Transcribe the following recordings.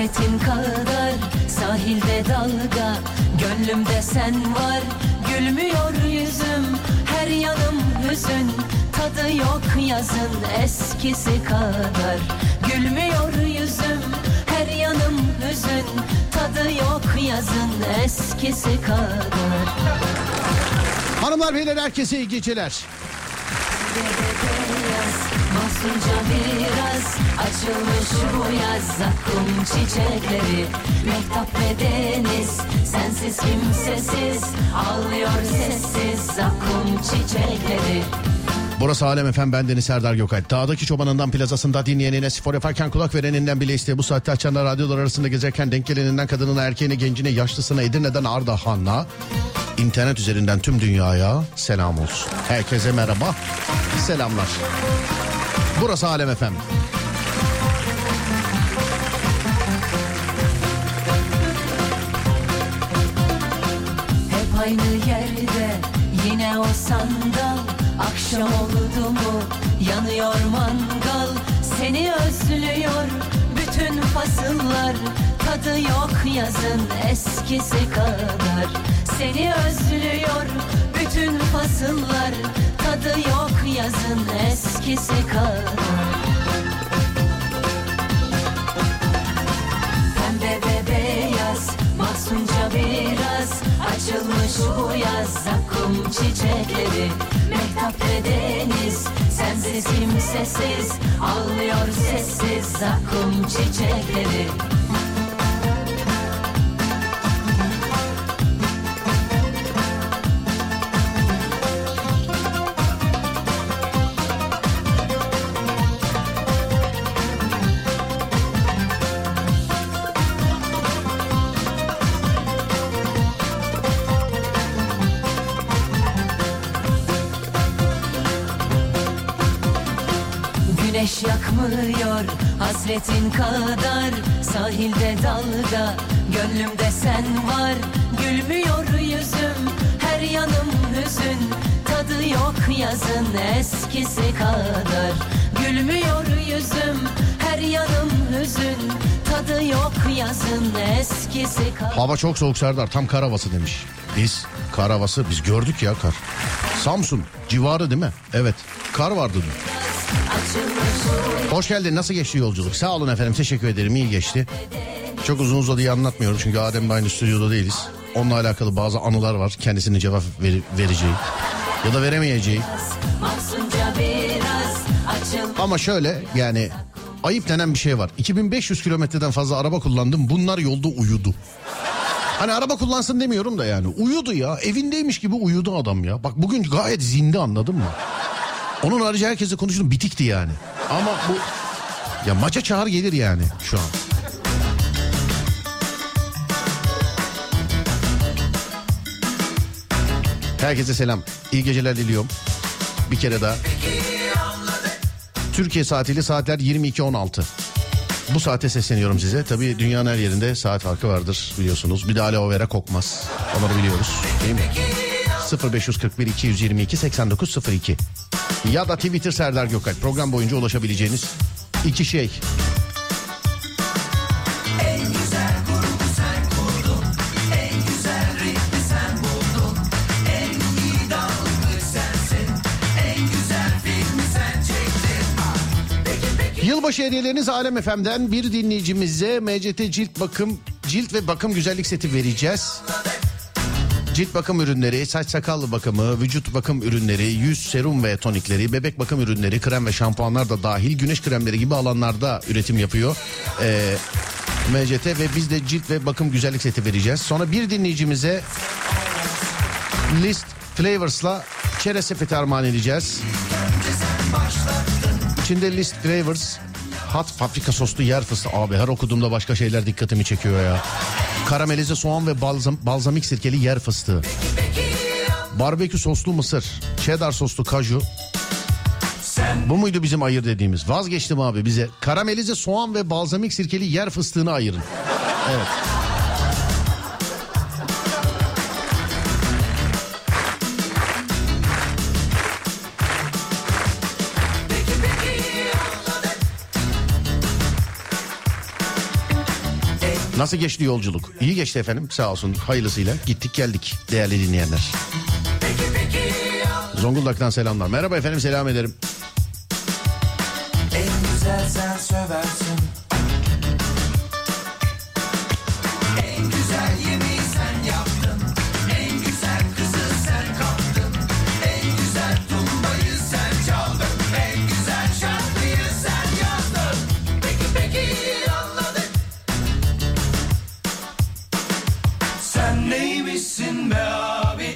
Hasretin kadar sahilde dalga, gönlümde sen var, gülmüyor yüzüm, her yanım hüzün, tadı yok yazın eskisi kadar. Gülmüyor yüzüm, her yanım hüzün, tadı yok yazın eskisi kadar. Hanımlar beyler herkese iyi geceler. Mahzunca biraz açılmış bu yaz, zakkum çiçekleri, mehtap ve deniz, sensiz kimsesiz, ağlıyor sessiz zakkum çiçekleri. Burası Alem FM, ben Deniz Serdar Gökalp. Dağdaki çobanından plazasında dinleyenine, spor yaparken kulak vereninden bile isteye, bu saatte açanlar radyolar arasında gezerken denk geleninden kadınına, erkeğine, gencine, yaşlısına, Edirne'den Ardahan'a, internet üzerinden tüm dünyaya selam olsun. Herkese merhaba, selamlar. Burası Alem FM. Hep aynı yerde yine o sandal, akşam oldu mu yanıyor mangal, seni özlüyor bütün fasıllar, tadı yok yazın eskisi kadar. Seni özlüyor bütün fasıllar, tadı yok yazın eskisi kadar. Pembe ve beyaz, mahzunca biraz açılmış bu yaz, zakkum çiçekleri, mehtap ve deniz, sensiz kimsesiz, ağlıyor sessiz zakkum çiçekleri. Güneş yakmıyor hasretin kadar, sahilde dalga, gönlümde sen var, gülmüyor yüzüm, her yanım hüzün, tadı yok yazın eskisi kadar. Gülmüyor yüzüm, her yanım hüzün, tadı yok yazın eskisi kadar. Hava çok soğuk Serdar, tam kar havası demiş. Biz kar havası, biz gördük ya kar. Samsun civarı değil mi? Evet, kar vardı dün. Hoş geldin, nasıl geçti yolculuk? Sağ olun efendim, teşekkür ederim, iyi geçti. Çok uzun uzadıya anlatmıyorum çünkü Adem'le aynı stüdyoda değiliz. Onunla alakalı bazı anılar var, kendisine cevap vereceği ya da veremeyeceği. Ama şöyle, yani ayıp denen bir şey var. 2500 kilometreden fazla araba kullandım, bunlar yolda uyudu. Hani araba kullansın demiyorum da yani uyudu ya, evindeymiş gibi uyudu adam ya. Bak bugün gayet zinde, anladın mı? Onun harici herkesle konuştum, bitikti yani. Ama bu ya maça çağır gelir yani şu an. Herkese selam. İyi geceler diliyorum. Bir kere daha. Türkiye saatiyle saatler 22.16. Bu saate sesleniyorum size. Tabii dünyanın her yerinde saat farkı vardır biliyorsunuz. Bir de aloe vera kokmaz. Onları biliyoruz değil mi? 0541 222 8902 ya da Twitter Serdar Gökalp. Program boyunca ulaşabileceğiniz iki şey. Yılbaşı hediyeleriniz Alem FM'den bir dinleyicimize MCT cilt ve bakım güzellik seti vereceğiz. Cilt bakım ürünleri, saç sakal bakımı, vücut bakım ürünleri, yüz serum ve tonikleri, bebek bakım ürünleri, krem ve şampuanlar da dahil, güneş kremleri gibi alanlarda üretim yapıyor MCT ve biz de cilt ve bakım güzellik seti vereceğiz. Sonra bir dinleyicimize List Flavors'la çerez sepeti armağan edeceğiz. İçinde List Flavors hat fabrika soslu yer fıstığı. Abi her okuduğumda başka şeyler dikkatimi çekiyor ya. Karamelize soğan ve balzamik sirkeli yer fıstığı. Barbekü soslu mısır. Cheddar soslu kaju. Bu muydu bizim ayır dediğimiz? Vazgeçtim abi, bize karamelize soğan ve balzamik sirkeli yer fıstığını ayırın. Evet. Nasıl geçti yolculuk? İyi geçti efendim, sağ olsun, hayırlısıyla gittik geldik değerli dinleyenler. Zonguldak'tan selamlar. Merhaba efendim, selam ederim. En güzel sen söversin. En güzel yemeği sen yaptın. En güzel kızı sen kaptın. En güzel tumbayı sen çaldın. En güzel şarkıyı sen yazdın. Peki anladık. Sen neymişsin be abi?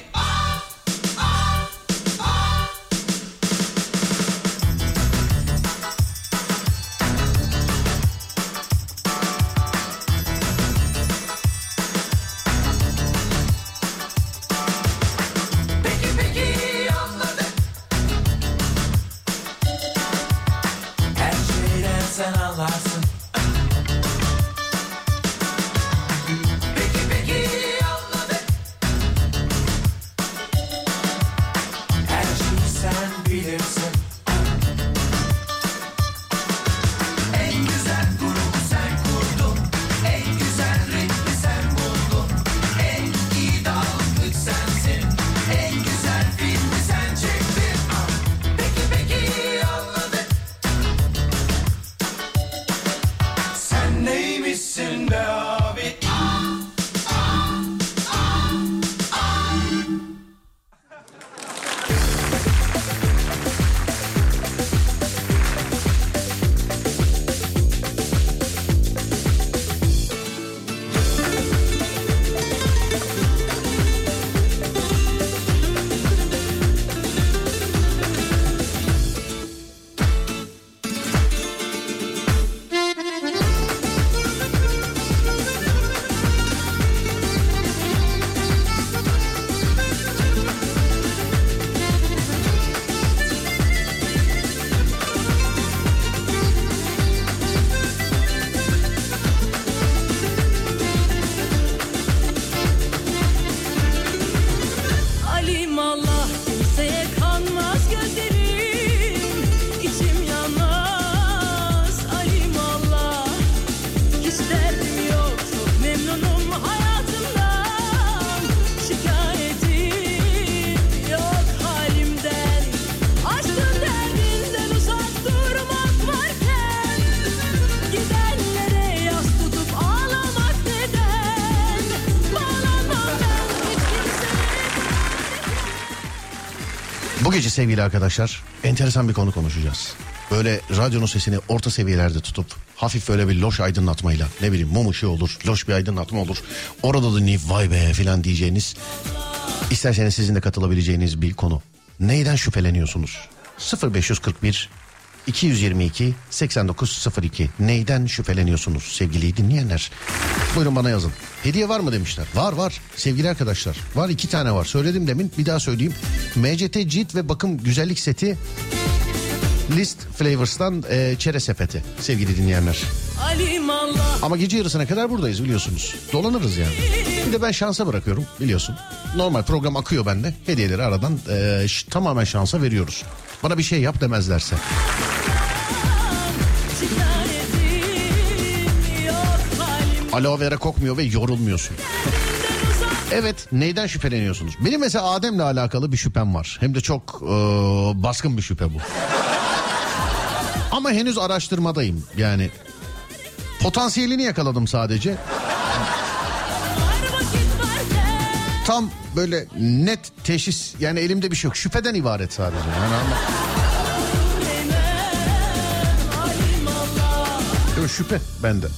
Sen anlarsın. Peki anladık. Her şeyi sen bilirsin. En güzel grubu sen kurdun. En güzel ritmi sen buldun. En iyi dalgıç sensin. En güzel filmi sen çektin. Peki anladık. Sen neymişsin be abi? Bu gece sevgili arkadaşlar enteresan bir konu konuşacağız. Böyle radyonun sesini orta seviyelerde tutup hafif böyle bir loş aydınlatmayla, ne bileyim mum ışığı olur, loş bir aydınlatma olur. Orada da dinleyip vay be filan diyeceğiniz, isterseniz sizin de katılabileceğiniz bir konu. Neyden şüpheleniyorsunuz? 0541 222 8902. Neyden şüpheleniyorsunuz sevgili dinleyenler? Buyurun bana yazın. Hediye var mı demişler. Var sevgili arkadaşlar. Var, 2 tane var. Söyledim demin, bir daha söyleyeyim. MCT cilt ve bakım güzellik seti List Flavors'tan çerez sepeti sevgili dinleyenler. Ama gece yarısına kadar buradayız biliyorsunuz. Dolanırız yani. Bir de ben şansa bırakıyorum biliyorsun. Normal program akıyor bende. Hediyeleri aradan tamamen şansa veriyoruz. Bana bir şey yap demezlerse. Aloe vera kokmuyor ve yorulmuyorsun. Evet, neyden şüpheleniyorsunuz? Benim mesela Adem'le alakalı bir şüphem var. Hem de çok baskın bir şüphe bu. Ama henüz araştırmadayım. Yani potansiyelini yakaladım sadece. Tam böyle net teşhis, yani elimde bir şey yok. Şüpheden ibaret sadece. Yani ama... Yok, şüphe bende.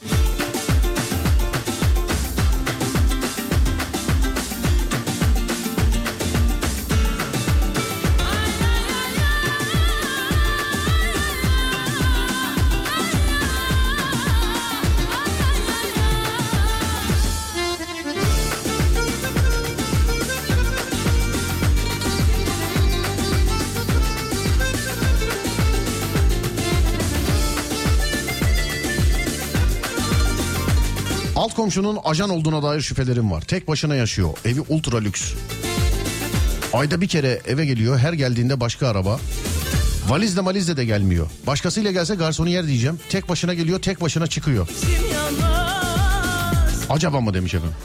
Alt komşunun ajan olduğuna dair şüphelerim var. Tek başına yaşıyor. Evi ultra lüks. Ayda bir kere eve geliyor. Her geldiğinde başka araba. Valizle malizle de gelmiyor. Başkasıyla gelse garsonu yer diyeceğim. Tek başına geliyor, tek başına çıkıyor. Acaba mı demiş efendim.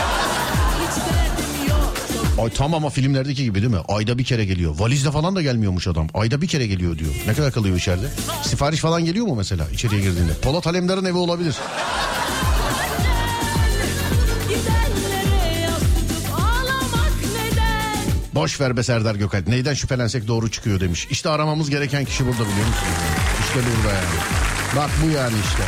Ay tamam ama filmlerdeki gibi değil mi? Ayda bir kere geliyor. Valizle falan da gelmiyormuş adam. Ayda bir kere geliyor diyor. Ne kadar kalıyor içeride? Sipariş falan geliyor mu mesela içeriye girdiğinde? Polat Alemdar'ın evi olabilir. Boş ver be Serdar Gökalp. Neyden şüphelensek doğru çıkıyor demiş. İşte aramamız gereken kişi burada, biliyor musunuz? İşte burada yani. Bak bu yani işte.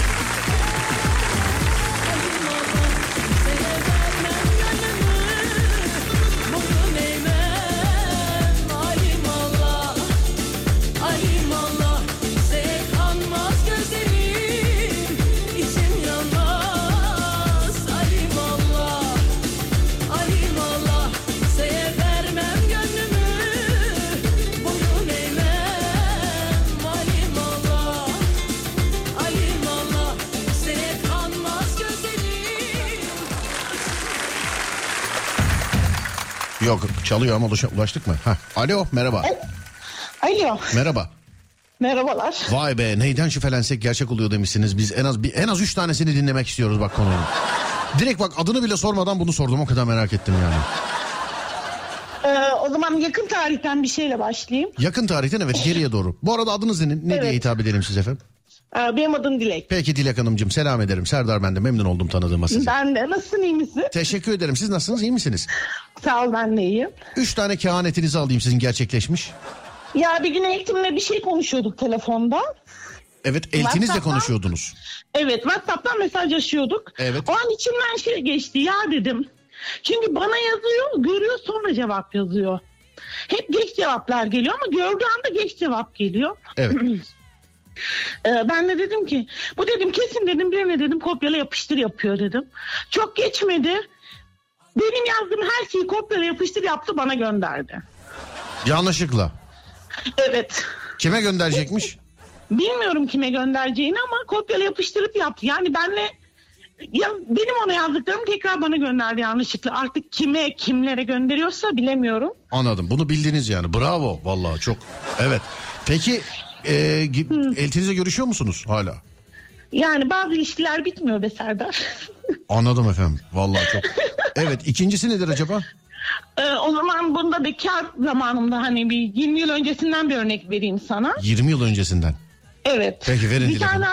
Yok çalıyor ama ulaştık mı? Heh. Alo merhaba. Alo. Merhaba. Merhabalar. Vay be, neyden şüphelensek gerçek oluyor demişsiniz. Biz en az 3 tanesini dinlemek istiyoruz bak konunun. Direkt bak adını bile sormadan bunu sordum, o kadar merak ettim yani. O zaman yakın tarihten bir şeyle başlayayım. Yakın tarihten, evet, geriye doğru. Bu arada adınız ne diye hitap edelim siz efendim? Benim adım Dilek. Peki Dilek Hanımcığım, selam ederim. Serdar ben de, memnun oldum tanıdığıma sizi. Ben de. Nasılsın, iyi misin? Teşekkür ederim. Siz nasılsınız, iyi misiniz? Sağ ol, ben de iyiyim. 3 tane kehanetinizi alayım sizin gerçekleşmiş. Ya bir gün Eltim'le bir şey konuşuyorduk telefonda. Evet, eltinizle konuşuyordunuz. Evet, WhatsApp'tan mesajlaşıyorduk. Evet. O an içimden şey geçti, ya dedim. Çünkü bana yazıyor, görüyor, sonra cevap yazıyor. Hep geç cevaplar geliyor ama gördüğü anda geç cevap geliyor. Evet. Ben de dedim ki bu dedim kesin dedim birine dedim kopyala yapıştır yapıyor dedim. Çok geçmedi. Benim yazdığım her şeyi kopyala yapıştır yaptı, bana gönderdi. Yanlışlıkla. Evet. Kime gönderecekmiş? Bilmiyorum kime göndereceğini ama kopyala yapıştırıp yaptı. Yani benim ona yazdıklarımı tekrar bana gönderdi yanlışlıkla. Artık kimlere gönderiyorsa bilemiyorum. Anladım. Bunu bildiniz yani. Bravo. Vallahi çok. Evet. Peki eltinizle görüşüyor musunuz hala? Yani bazı ilişkiler bitmiyor be Serdar. Anladım efendim. Vallahi çok. Evet. İkincisi nedir acaba? O zaman bunda bekar zamanımda hani bir 20 yıl öncesinden bir örnek vereyim sana. 20 yıl öncesinden. Evet. Peki verin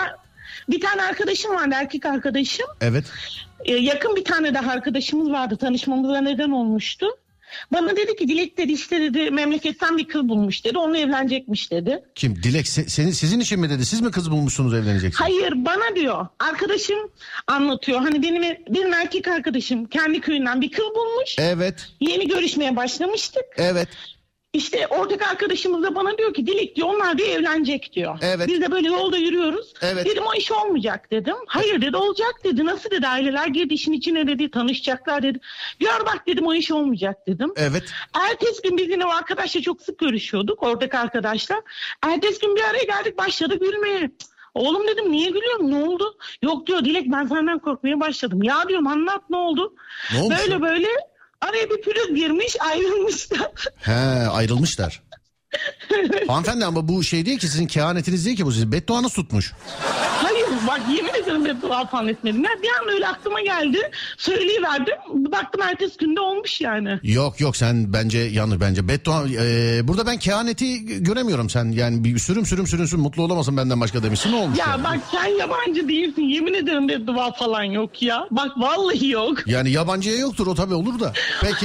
Bir tane arkadaşım vardı, erkek arkadaşım. Evet. Yakın bir tane daha arkadaşımız vardı, tanışmamıza neden olmuştu. Bana dedi ki Dilek dedi işte dedi memleketten bir kız bulmuş dedi, onunla evlenecekmiş dedi. Kim? Dilek sizin için mi dedi? Siz mi kız bulmuşsunuz, evleneceksiniz? Hayır, bana diyor. Arkadaşım anlatıyor. Hani benim erkek arkadaşım kendi köyünden bir kız bulmuş. Evet. Yeni görüşmeye başlamıştık. Evet. İşte ortak arkadaşımız da bana diyor ki Dilek diyor onlar diyor evlenecek diyor. Evet. Biz de böyle yolda yürüyoruz. Evet. Dedim o iş olmayacak dedim. Hayır dedi, olacak dedi. Nasıl dedi, aileler girdi işin içine dedi, tanışacaklar dedi. Gör bak dedim, o iş olmayacak dedim. Evet. Ertesi gün biz yine o arkadaşla çok sık görüşüyorduk, ortak arkadaşla. Ertesi gün bir araya geldik, başladık gülmeye. Oğlum dedim niye gülüyorsun, ne oldu? Yok diyor Dilek ben senden korkmaya başladım. Ya diyorum anlat ne oldu? Ne olmuş? Böyle araya bir pürüz girmiş, ayrılmışlar. He, ayrılmışlar. Hanımefendi ama bu şey değil ki, sizin kehanetiniz değil ki bu, sizin bedduanız tutmuş. Hayır bak yemin ederim beddua falan etmedim. Ya bir an öyle aklıma geldi. Söyleyiverdim. Baktım ertesi günde olmuş yani. Yok sen bence yanlış bence. Beddua burada ben kehaneti göremiyorum, sen yani bir sürüm mutlu olamasın benden başka demişsin, ne olmuş Ya yani? bak sen yabancı değilsin. Yemin ederim beddua falan yok ya. Bak vallahi yok. Yani yabancıya yoktur o, tabii olur da. Peki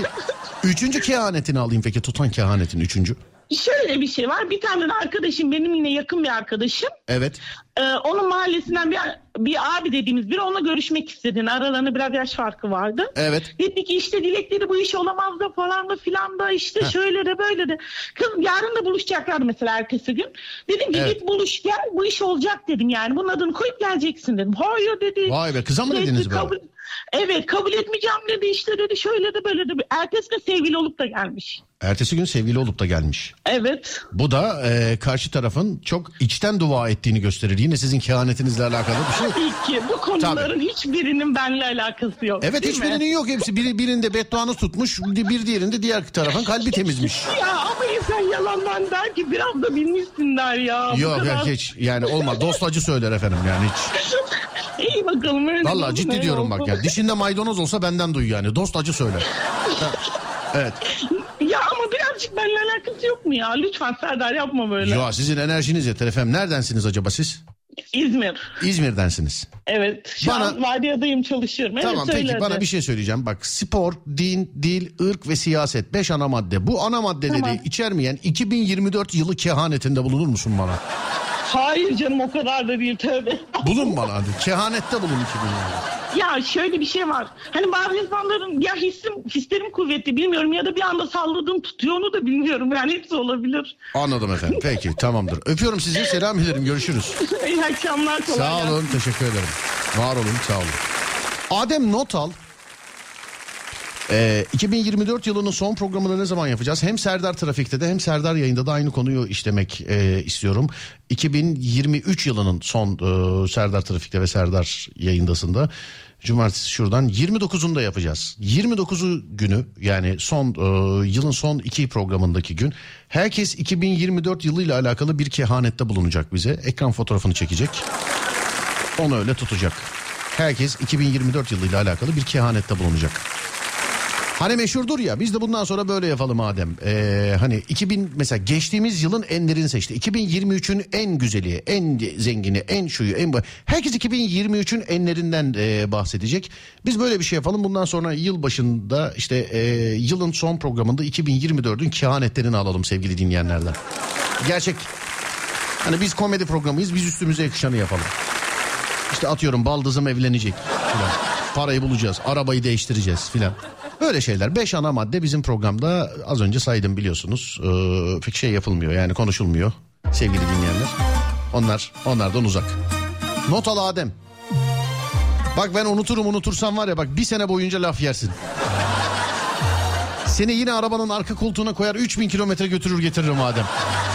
3. kehanetini alayım peki, tutan kehanetin 3. Şöyle bir şey var. Bir tane de arkadaşım, benim yine yakın bir arkadaşım. Evet. Onun mahallesinden bir abi dediğimiz biri onunla görüşmek istedi. Aralarında biraz yaş farkı vardı. Evet. Dedi ki işte Dilek dedi bu iş olamaz da falan da filan da işte şöyle de böyle de. Kız yarın da buluşacaklardı mesela ertesi gün. Dedim ki git buluş gel, bu iş olacak dedim yani. Bunun adını koyup geleceksin dedim. Hayır dedi. Vay be, kıza mı dediniz böyle? Evet kabul etmeyeceğim dedi, işte dedi şöyle de böyle de. Ertesi gün sevgili olup da gelmiş. Ertesi gün sevgili olup da gelmiş. Evet. Bu da karşı tarafın çok içten dua ettiğini gösterir. Yine sizin kehanetinizle alakalı bir şey. Tabii ki bu konuların hiçbirinin benimle alakası yok. Evet, hiçbirinin yok, hepsi birinde bedduanız tutmuş, bir diğerinde diğer tarafın kalbi temizmiş. Ya ama insan yalandan der ki biraz da bilmişsin der ya. Yok hiç yani olmaz, dostacı söyler efendim yani hiç. İyi bakalım öyle. Vallahi ciddi diyorum bak ya. Dişinde maydanoz olsa benden duy yani. Dost acı söyle. Evet. Ya ama birazcık benimle alakası yok mu ya? Lütfen Serdar yapma böyle. Ya sizin enerjiniz yeter efendim. Neredensiniz acaba siz? İzmir. İzmir'densiniz. Evet. Şu an vardiyadayım, çalışıyorum. Evet, Tamam peki bana bir şey söyleyeceğim. Bak spor, din, dil, ırk ve siyaset 5 ana madde. Bu ana maddeleri içermeyen 2024 yılı kehanetinde bulunur musun bana? Hayır canım, o kadar da değil, tövbe. Bulun bana hadi. Kehanette bulun 2024. Ya şöyle bir şey var. Hani bazı insanların ya hislerim kuvvetli bilmiyorum ya da bir anda salladığım tutuyor, onu da bilmiyorum. Yani hepsi olabilir. Anladım efendim. Peki tamamdır. Öpüyorum sizi. Selam ederim. Görüşürüz. İyi akşamlar. Kolay Sağ olun. gelsin. Teşekkür ederim. Var olun. Sağ olun. Adem not al. 2024 yılının son programını ne zaman yapacağız? Hem Serdar Trafik'te de hem Serdar Yayında da aynı konuyu işlemek istiyorum. 2023 yılının son Serdar Trafik'te ve Serdar Yayındasında cumartesi şuradan 29'unda yapacağız. 29'u günü yani yılın son 2 programındaki gün herkes 2024 yılıyla alakalı bir kehanette bulunacak bize. Ekran fotoğrafını çekecek. Onu öyle tutacak. Herkes 2024 yılıyla alakalı bir kehanette bulunacak. Hani meşhurdur ya, biz de bundan sonra böyle yapalım Adem. Hani 2000 mesela geçtiğimiz yılın enlerini seçti. 2023'ün en güzeli, en zengini, en şuyu, en herkes 2023'ün enlerinden bahsedecek. Biz böyle bir şey yapalım. Bundan sonra yıl başında işte yılın son programında 2024'ün kehanetlerini alalım sevgili dinleyenlerden. Gerçek. Hani biz komedi programıyız. Biz üstümüze yakışanı yapalım. İşte atıyorum baldızım evlenecek filan. Parayı bulacağız. Arabayı değiştireceğiz filan. Böyle şeyler. 5 ana madde bizim programda az önce saydım biliyorsunuz. Pek şey yapılmıyor yani konuşulmuyor sevgili dinleyenler. Onlardan uzak. Not al Adem. Bak ben unutursam var ya bak bir sene boyunca laf yersin. Seni yine arabanın arka koltuğuna koyar 3000 kilometre götürür getiririm Adem.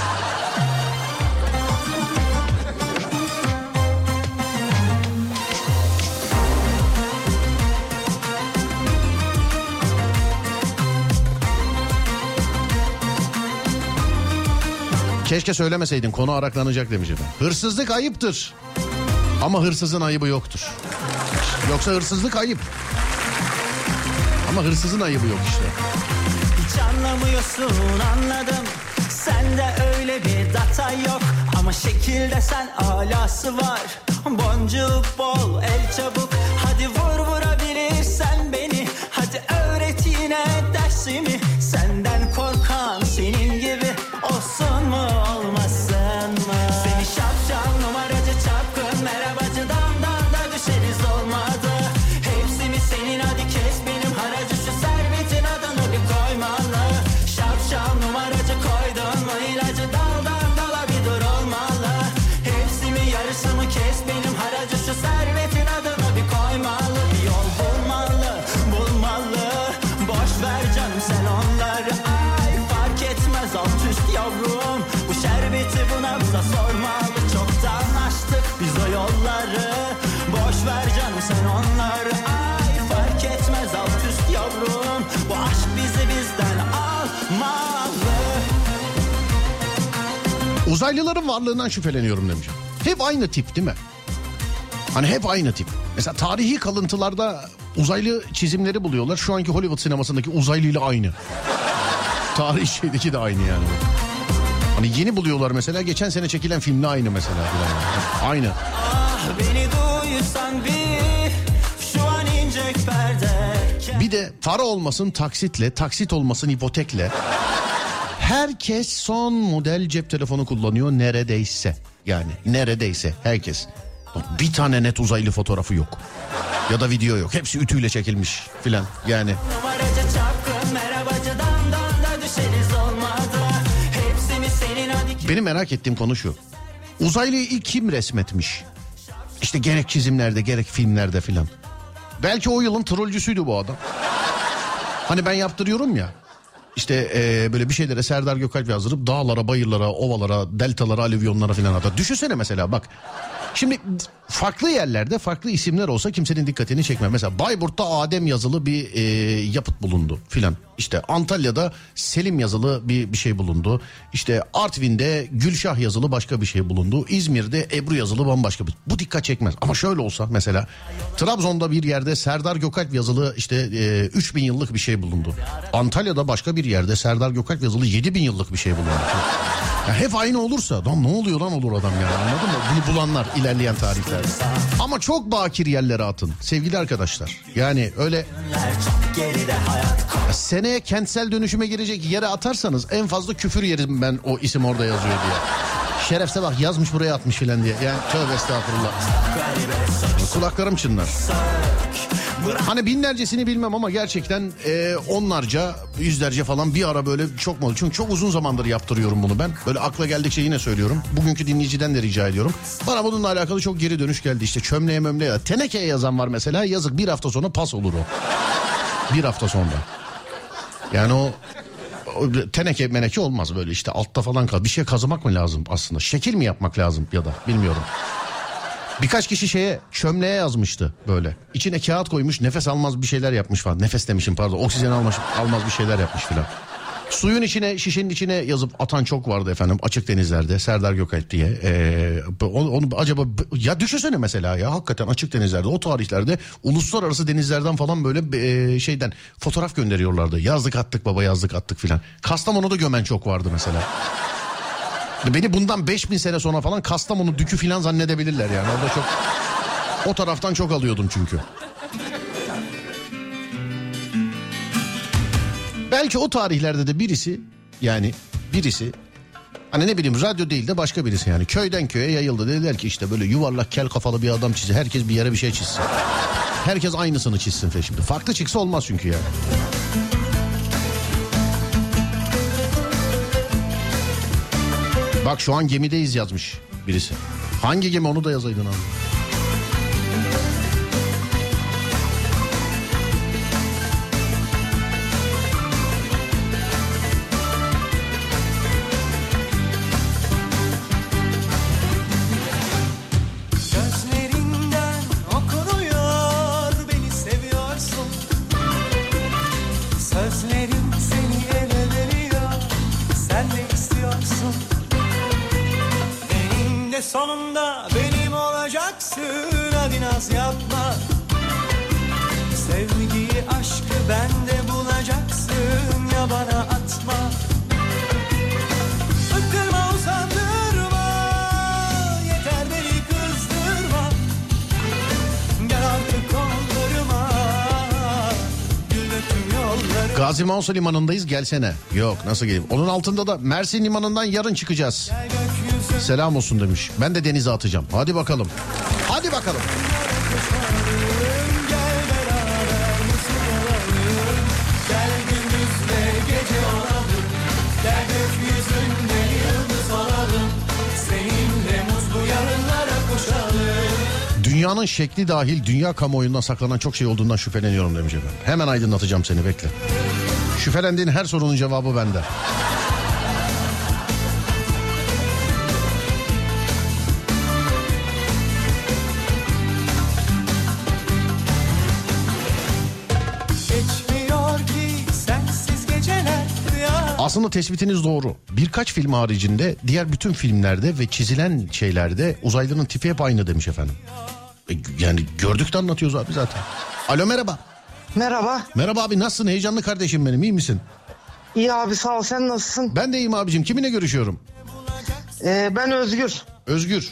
Keşke söylemeseydin, konu araklanacak demiş efendim. Hırsızlık ayıptır. Ama hırsızın ayıbı yoktur. Yoksa hırsızlık ayıp. Ama hırsızın ayıbı yok işte. Hiç anlamıyorsun, anladım. Sende öyle bir data yok. Ama şekilde sen alası var. Boncuk bol, el çabuk. Hadi vurabilirsen beni. Hadi öğret yine dersimi. Senden korkan senin gibi olsun mu olmasın mı? Seni şapşal numaracı çapkın merhabacıdan da düşeriz olmadı. Hepsi mi senin, hadi kes benim haracı, şu servetin adını bir koymalı. Şapşal numaracı koydun mu ilacı, daldan dala bir dur olmalı. Hepsi mi yarısı mı, kes benim haracı, şu servetin adını bir koymalı. Bir yol bulmalı boş ver canım sen onları. Ay fark etmez alt üst yavrum, bu şerbeti bu nabza sormalı. Çoktan açtık biz o yolları, boş ver canım sen onları. Ay fark etmez alt üst yavrum, bu aşk bizi bizden almalı. Uzaylıların varlığından şüpheleniyorum demiş. Hep aynı tip değil mi? Hani hep aynı tip. Mesela tarihi kalıntılarda uzaylı çizimleri buluyorlar. Şu anki Hollywood sinemasındaki uzaylıyla aynı. Tarihi şeydeki de aynı yani. Hani yeni buluyorlar mesela. Geçen sene çekilen filmle aynı mesela. Aynı. Ah beni duysan bir, şu an inecek perde. Bir de para olmasın taksitle, taksit olmasın ipotekle. Herkes son model cep telefonu kullanıyor neredeyse. Yani neredeyse herkes. Bir tane net uzaylı fotoğrafı yok. Ya da video yok. Hepsi ütüyle çekilmiş filan yani. Numaracı çapkın merhabacıdan da düşeriz olmadı. Hepsi mi senin, hadi. Benim merak ettiğim konu şu. Uzaylıyı ilk kim resmetmiş? İşte gerek çizimlerde gerek filmlerde filan. Belki o yılın trollcüsüydü bu adam. Hani ben yaptırıyorum ya. İşte böyle bir şeylere Serdar Gökalp yazdırıp dağlara, bayırlara, ovalara, deltalara, alüvyonlara filan atar. Düşünsene mesela bak. Şimdi farklı yerlerde farklı isimler olsa kimsenin dikkatini çekmez. Mesela Bayburt'ta Adem yazılı bir yapıt bulundu filan. İşte Antalya'da Selim yazılı bir şey bulundu. İşte Artvin'de Gülşah yazılı başka bir şey bulundu. İzmir'de Ebru yazılı bambaşka bir. Bu dikkat çekmez. Ama şöyle olsa mesela Trabzon'da bir yerde Serdar Gökalp yazılı işte 3000 yıllık bir şey bulundu. Antalya'da başka bir yerde Serdar Gökalp yazılı 7000 yıllık bir şey bulundu. Ya hep aynı olursa lan ne oluyor lan olur adam yani, anladın mı? Bunu bulanlar ilerleyen tarihlerde. Ama çok bakir yerlere atın sevgili arkadaşlar. Yani öyle seneye kentsel dönüşüme girecek yere atarsanız en fazla küfür yerim ben o isim orada yazıyor diye. Şerefse bak yazmış buraya atmış filan diye. Yani tövbe estağfurullah. Kulaklarım çınlar. Hani binlercesini bilmem ama gerçekten onlarca, yüzlerce falan bir ara böyle çok mu? Çünkü çok uzun zamandır yaptırıyorum bunu ben. Böyle akla geldikçe yine söylüyorum. Bugünkü dinleyiciden de rica ediyorum. Bana bununla alakalı çok geri dönüş geldi. İşte çömleğe mömleğe, tenekeye yazan var mesela. Yazık, bir hafta sonra pas olur o. Bir hafta sonra. Yani o teneke meneke olmaz böyle işte altta falan kal. Bir şey kazımak mı lazım aslında? Şekil mi yapmak lazım ya da bilmiyorum. Birkaç kişi çömleğe yazmıştı böyle. İçine kağıt koymuş, nefes almaz bir şeyler yapmış falan. Nefes demişim pardon, oksijen almaz bir şeyler yapmış filan. Suyun içine, şişenin içine yazıp atan çok vardı efendim açık denizlerde, Serdar Gökalp diye. Onu acaba ya düşünsene mesela ya, hakikaten açık denizlerde o tarihlerde uluslararası denizlerden falan böyle şeyden fotoğraf gönderiyorlardı. Yazdık attık baba, yazdık attık filan. Kastamonu'da gömen çok vardı mesela. Beni bundan 5000 sene sonra falan Kastamonu dükü filan zannedebilirler yani. Orada çok, o taraftan çok alıyordum çünkü. Belki o tarihlerde de birisi hani ne bileyim radyo değil de başka birisi yani köyden köye yayıldı. Dediler ki işte böyle yuvarlak kel kafalı bir adam çizsin. Herkes bir yere bir şey çizsin. Herkes aynısını çizsin falan şimdi. Farklı çıksa olmaz çünkü yani. Bak şu an gemideyiz yazmış birisi. Hangi gemi, onu da yazaydın abi. Gözlerinden okunuyor, beni seviyorsun. Sözlerim seni ele veriyor, sen de istiyorsun. Eninde sonunda benim olacaksın, hadi naz yapma. Sevgiyi, aşkı bende bulacaksın, ya bana atma. Bıktırma, usandırma, yeter beni kızdırma. Gel artık kollarıma, gül döküm yolları. Gazi Mansu Limanı'ndayız, gelsene. Yok, nasıl geleyim? Onun altında da Mersin Limanı'ndan yarın çıkacağız. Selam olsun demiş. Ben de denize atacağım. Hadi bakalım. Hadi bakalım. Gel beraber musul olalım, gel gündüzle gece olalım, gel gökyüzünde yıldız olalım, seninle mutlu yarınlara koşalım. Dünyanın şekli dahil dünya kamuoyundan saklanan çok şey olduğundan şüpheleniyorum demiş efendim. Hemen aydınlatacağım seni, bekle. Şüphelendiğin her sorunun cevabı bende. Geçmiyor ki sensiz geceler ya. Aslında tespitiniz doğru. Birkaç film haricinde diğer bütün filmlerde ve çizilen şeylerde uzaylıların tipi hep aynı demiş efendim. Yani gördük de anlatıyoruz abi zaten. Alo, merhaba. Merhaba. Merhaba abi, nasılsın? Heyecanlı kardeşim benim, iyi misin? İyi abi, sağ ol, sen nasılsın? Ben de iyiyim abicim. Kiminle görüşüyorum? Ben Özgür. Özgür.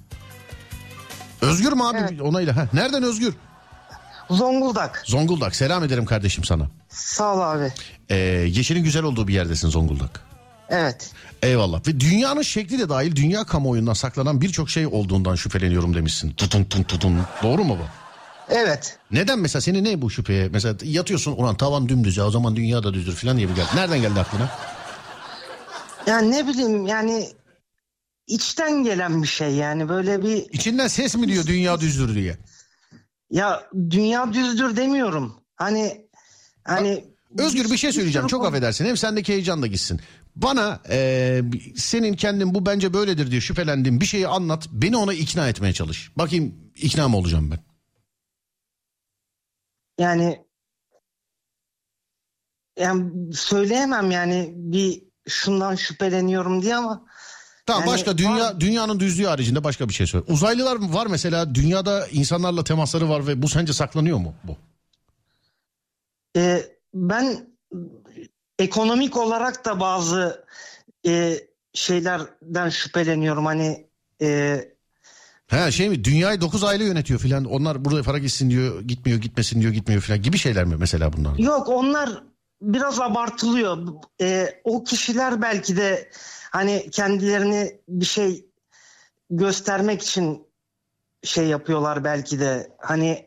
Özgür mü abi? Evet. Onayla. Heh. Nereden Özgür? Zonguldak. Zonguldak. Selam ederim kardeşim sana. Sağ ol abi. Yeşilin güzel olduğu bir yerdesin Zonguldak. Evet. Eyvallah. Ve dünyanın şekli de dahil dünya kamuoyundan saklanan birçok şey olduğundan şüpheleniyorum demişsin. Tutun tutun tutun. Doğru mu bu? Evet. Neden mesela, seni ne bu şüpheye? Mesela yatıyorsun, ulan tavan dümdüz ya, o zaman dünya da düzdür falan diye bir geldi. Nereden geldi aklına? Yani ne bileyim, yani içten gelen bir şey, yani böyle bir... İçinden ses mi diyor dünya düzdür diye? Ya dünya düzdür demiyorum. Hani Özgür bir şey söyleyeceğim, çok affedersin, hem sendeki heyecan da gitsin. Bana senin kendin bu bence böyledir diye şüphelendiğin bir şeyi anlat. Beni ona ikna etmeye çalış. Bakayım ikna mı olacağım ben? Yani söyleyemem yani bir şundan şüpheleniyorum diye ama. Tamam yani başka dünyanın düzlüğü haricinde başka bir şey söyle. Uzaylılar var mesela, dünyada insanlarla temasları var ve bu sence saklanıyor mu bu? Ben ekonomik olarak da bazı şeylerden şüpheleniyorum hani. Şey mi, dünyayı 9 aile yönetiyor filan, onlar burada para gitsin diyor, gitmiyor, gitmesin diyor, gitmiyor filan gibi şeyler mi mesela bunlar? Yok, onlar biraz abartılıyor. O kişiler belki de hani kendilerini bir şey göstermek için şey yapıyorlar belki de. Hani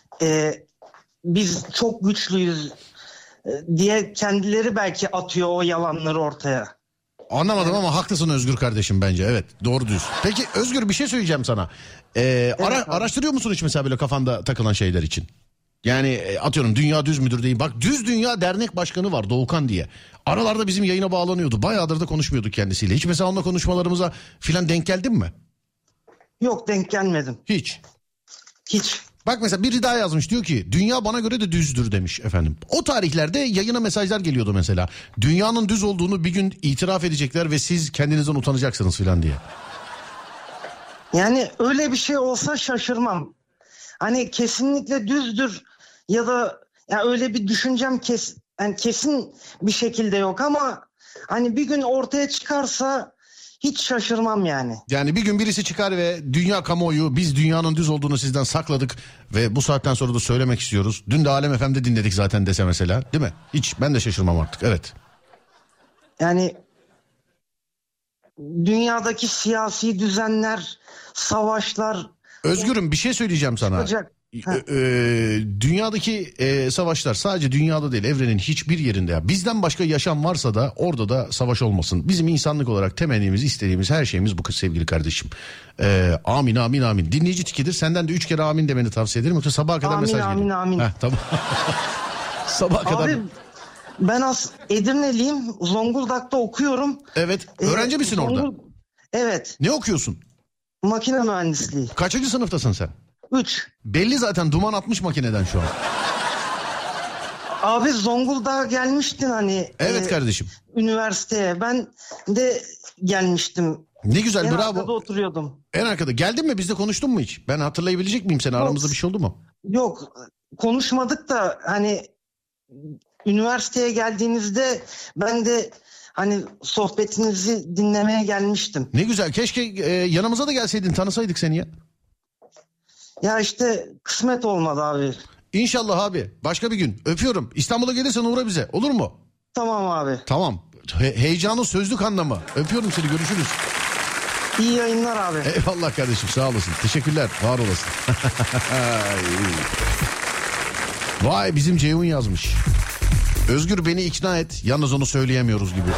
biz çok güçlüyüz diye kendileri belki atıyor o yalanları ortaya. Anlamadım ama haklısın Özgür kardeşim bence, evet, doğru düz. Peki Özgür, bir şey söyleyeceğim sana. Araştırıyor musun hiç mesela böyle kafanda takılan şeyler için? Yani atıyorum dünya düz müdür diyeyim. Bak, Düz Dünya Dernek Başkanı var Doğukan diye. Aralarda bizim yayına bağlanıyordu. Bayağıdır da konuşmuyorduk kendisiyle. Hiç mesela onunla konuşmalarımıza filan denk geldin mi? Yok, denk gelmedim. Hiç. Hiç. Bak mesela biri daha yazmış, diyor ki dünya bana göre de düzdür demiş efendim. O tarihlerde yayına mesajlar geliyordu mesela. Dünyanın düz olduğunu bir gün itiraf edecekler ve siz kendinizden utanacaksınız filan diye. Yani öyle bir şey olsa şaşırmam. Hani kesinlikle düzdür ya da ya öyle bir düşüncem kesin bir şekilde yok ama hani bir gün ortaya çıkarsa hiç şaşırmam yani. Yani bir gün birisi çıkar ve dünya kamuoyu biz dünyanın düz olduğunu sizden sakladık ve bu saatten sonra da söylemek istiyoruz. Dün de Alem FM'de dinledik zaten dese mesela, değil mi? Hiç ben de şaşırmam artık, evet. Yani dünyadaki siyasi düzenler, savaşlar... Özgür'üm bir şey söyleyeceğim sana. Dünyadaki savaşlar sadece dünyada değil, evrenin hiçbir yerinde. Ya. Bizden başka yaşam varsa da orada da savaş olmasın. Bizim insanlık olarak temennimiz, istediğimiz her şeyimiz bu sevgili kardeşim. Amin amin amin. Dinleyici tikidir. Senden de 3 kere amin demeni tavsiye ederim. Yoksa sabaha kadar amin, mesaj amin, geliyor. Amin amin. Tamam. Sabaha kadar. Abi ben Edirneliyim. Zonguldak'ta okuyorum. Evet. Öğrenci misin orada? Evet. Ne okuyorsun? Makine mühendisliği. Kaçıncı sınıftasın sen? 3. Belli zaten, duman atmış makineden şu an. Abi Zonguldak'a gelmiştin hani. Evet kardeşim. Üniversiteye. Ben de gelmiştim. Ne güzel, en bravo. En arkada oturuyordum. En arkada. Geldin mi? Bizle konuştun mu hiç? Ben hatırlayabilecek miyim seni? Aramızda bir şey oldu mu? Yok. Konuşmadık da hani üniversiteye geldiğinizde ben de hani sohbetinizi dinlemeye gelmiştim. Ne güzel. Keşke yanımıza da gelseydin, tanısaydık seni ya. Ya işte kısmet olmadı abi. İnşallah abi. Başka bir gün. Öpüyorum. İstanbul'a gelirsen uğra bize. Olur mu? Tamam abi. Tamam. Heyecanın sözlük anlamı. Öpüyorum seni. Görüşürüz. İyi yayınlar abi. Eyvallah kardeşim. Sağ olasın. Teşekkürler. Var olasın. Vay, bizim Ceyhun yazmış. Özgür beni ikna et. Yalnız onu söyleyemiyoruz gibi.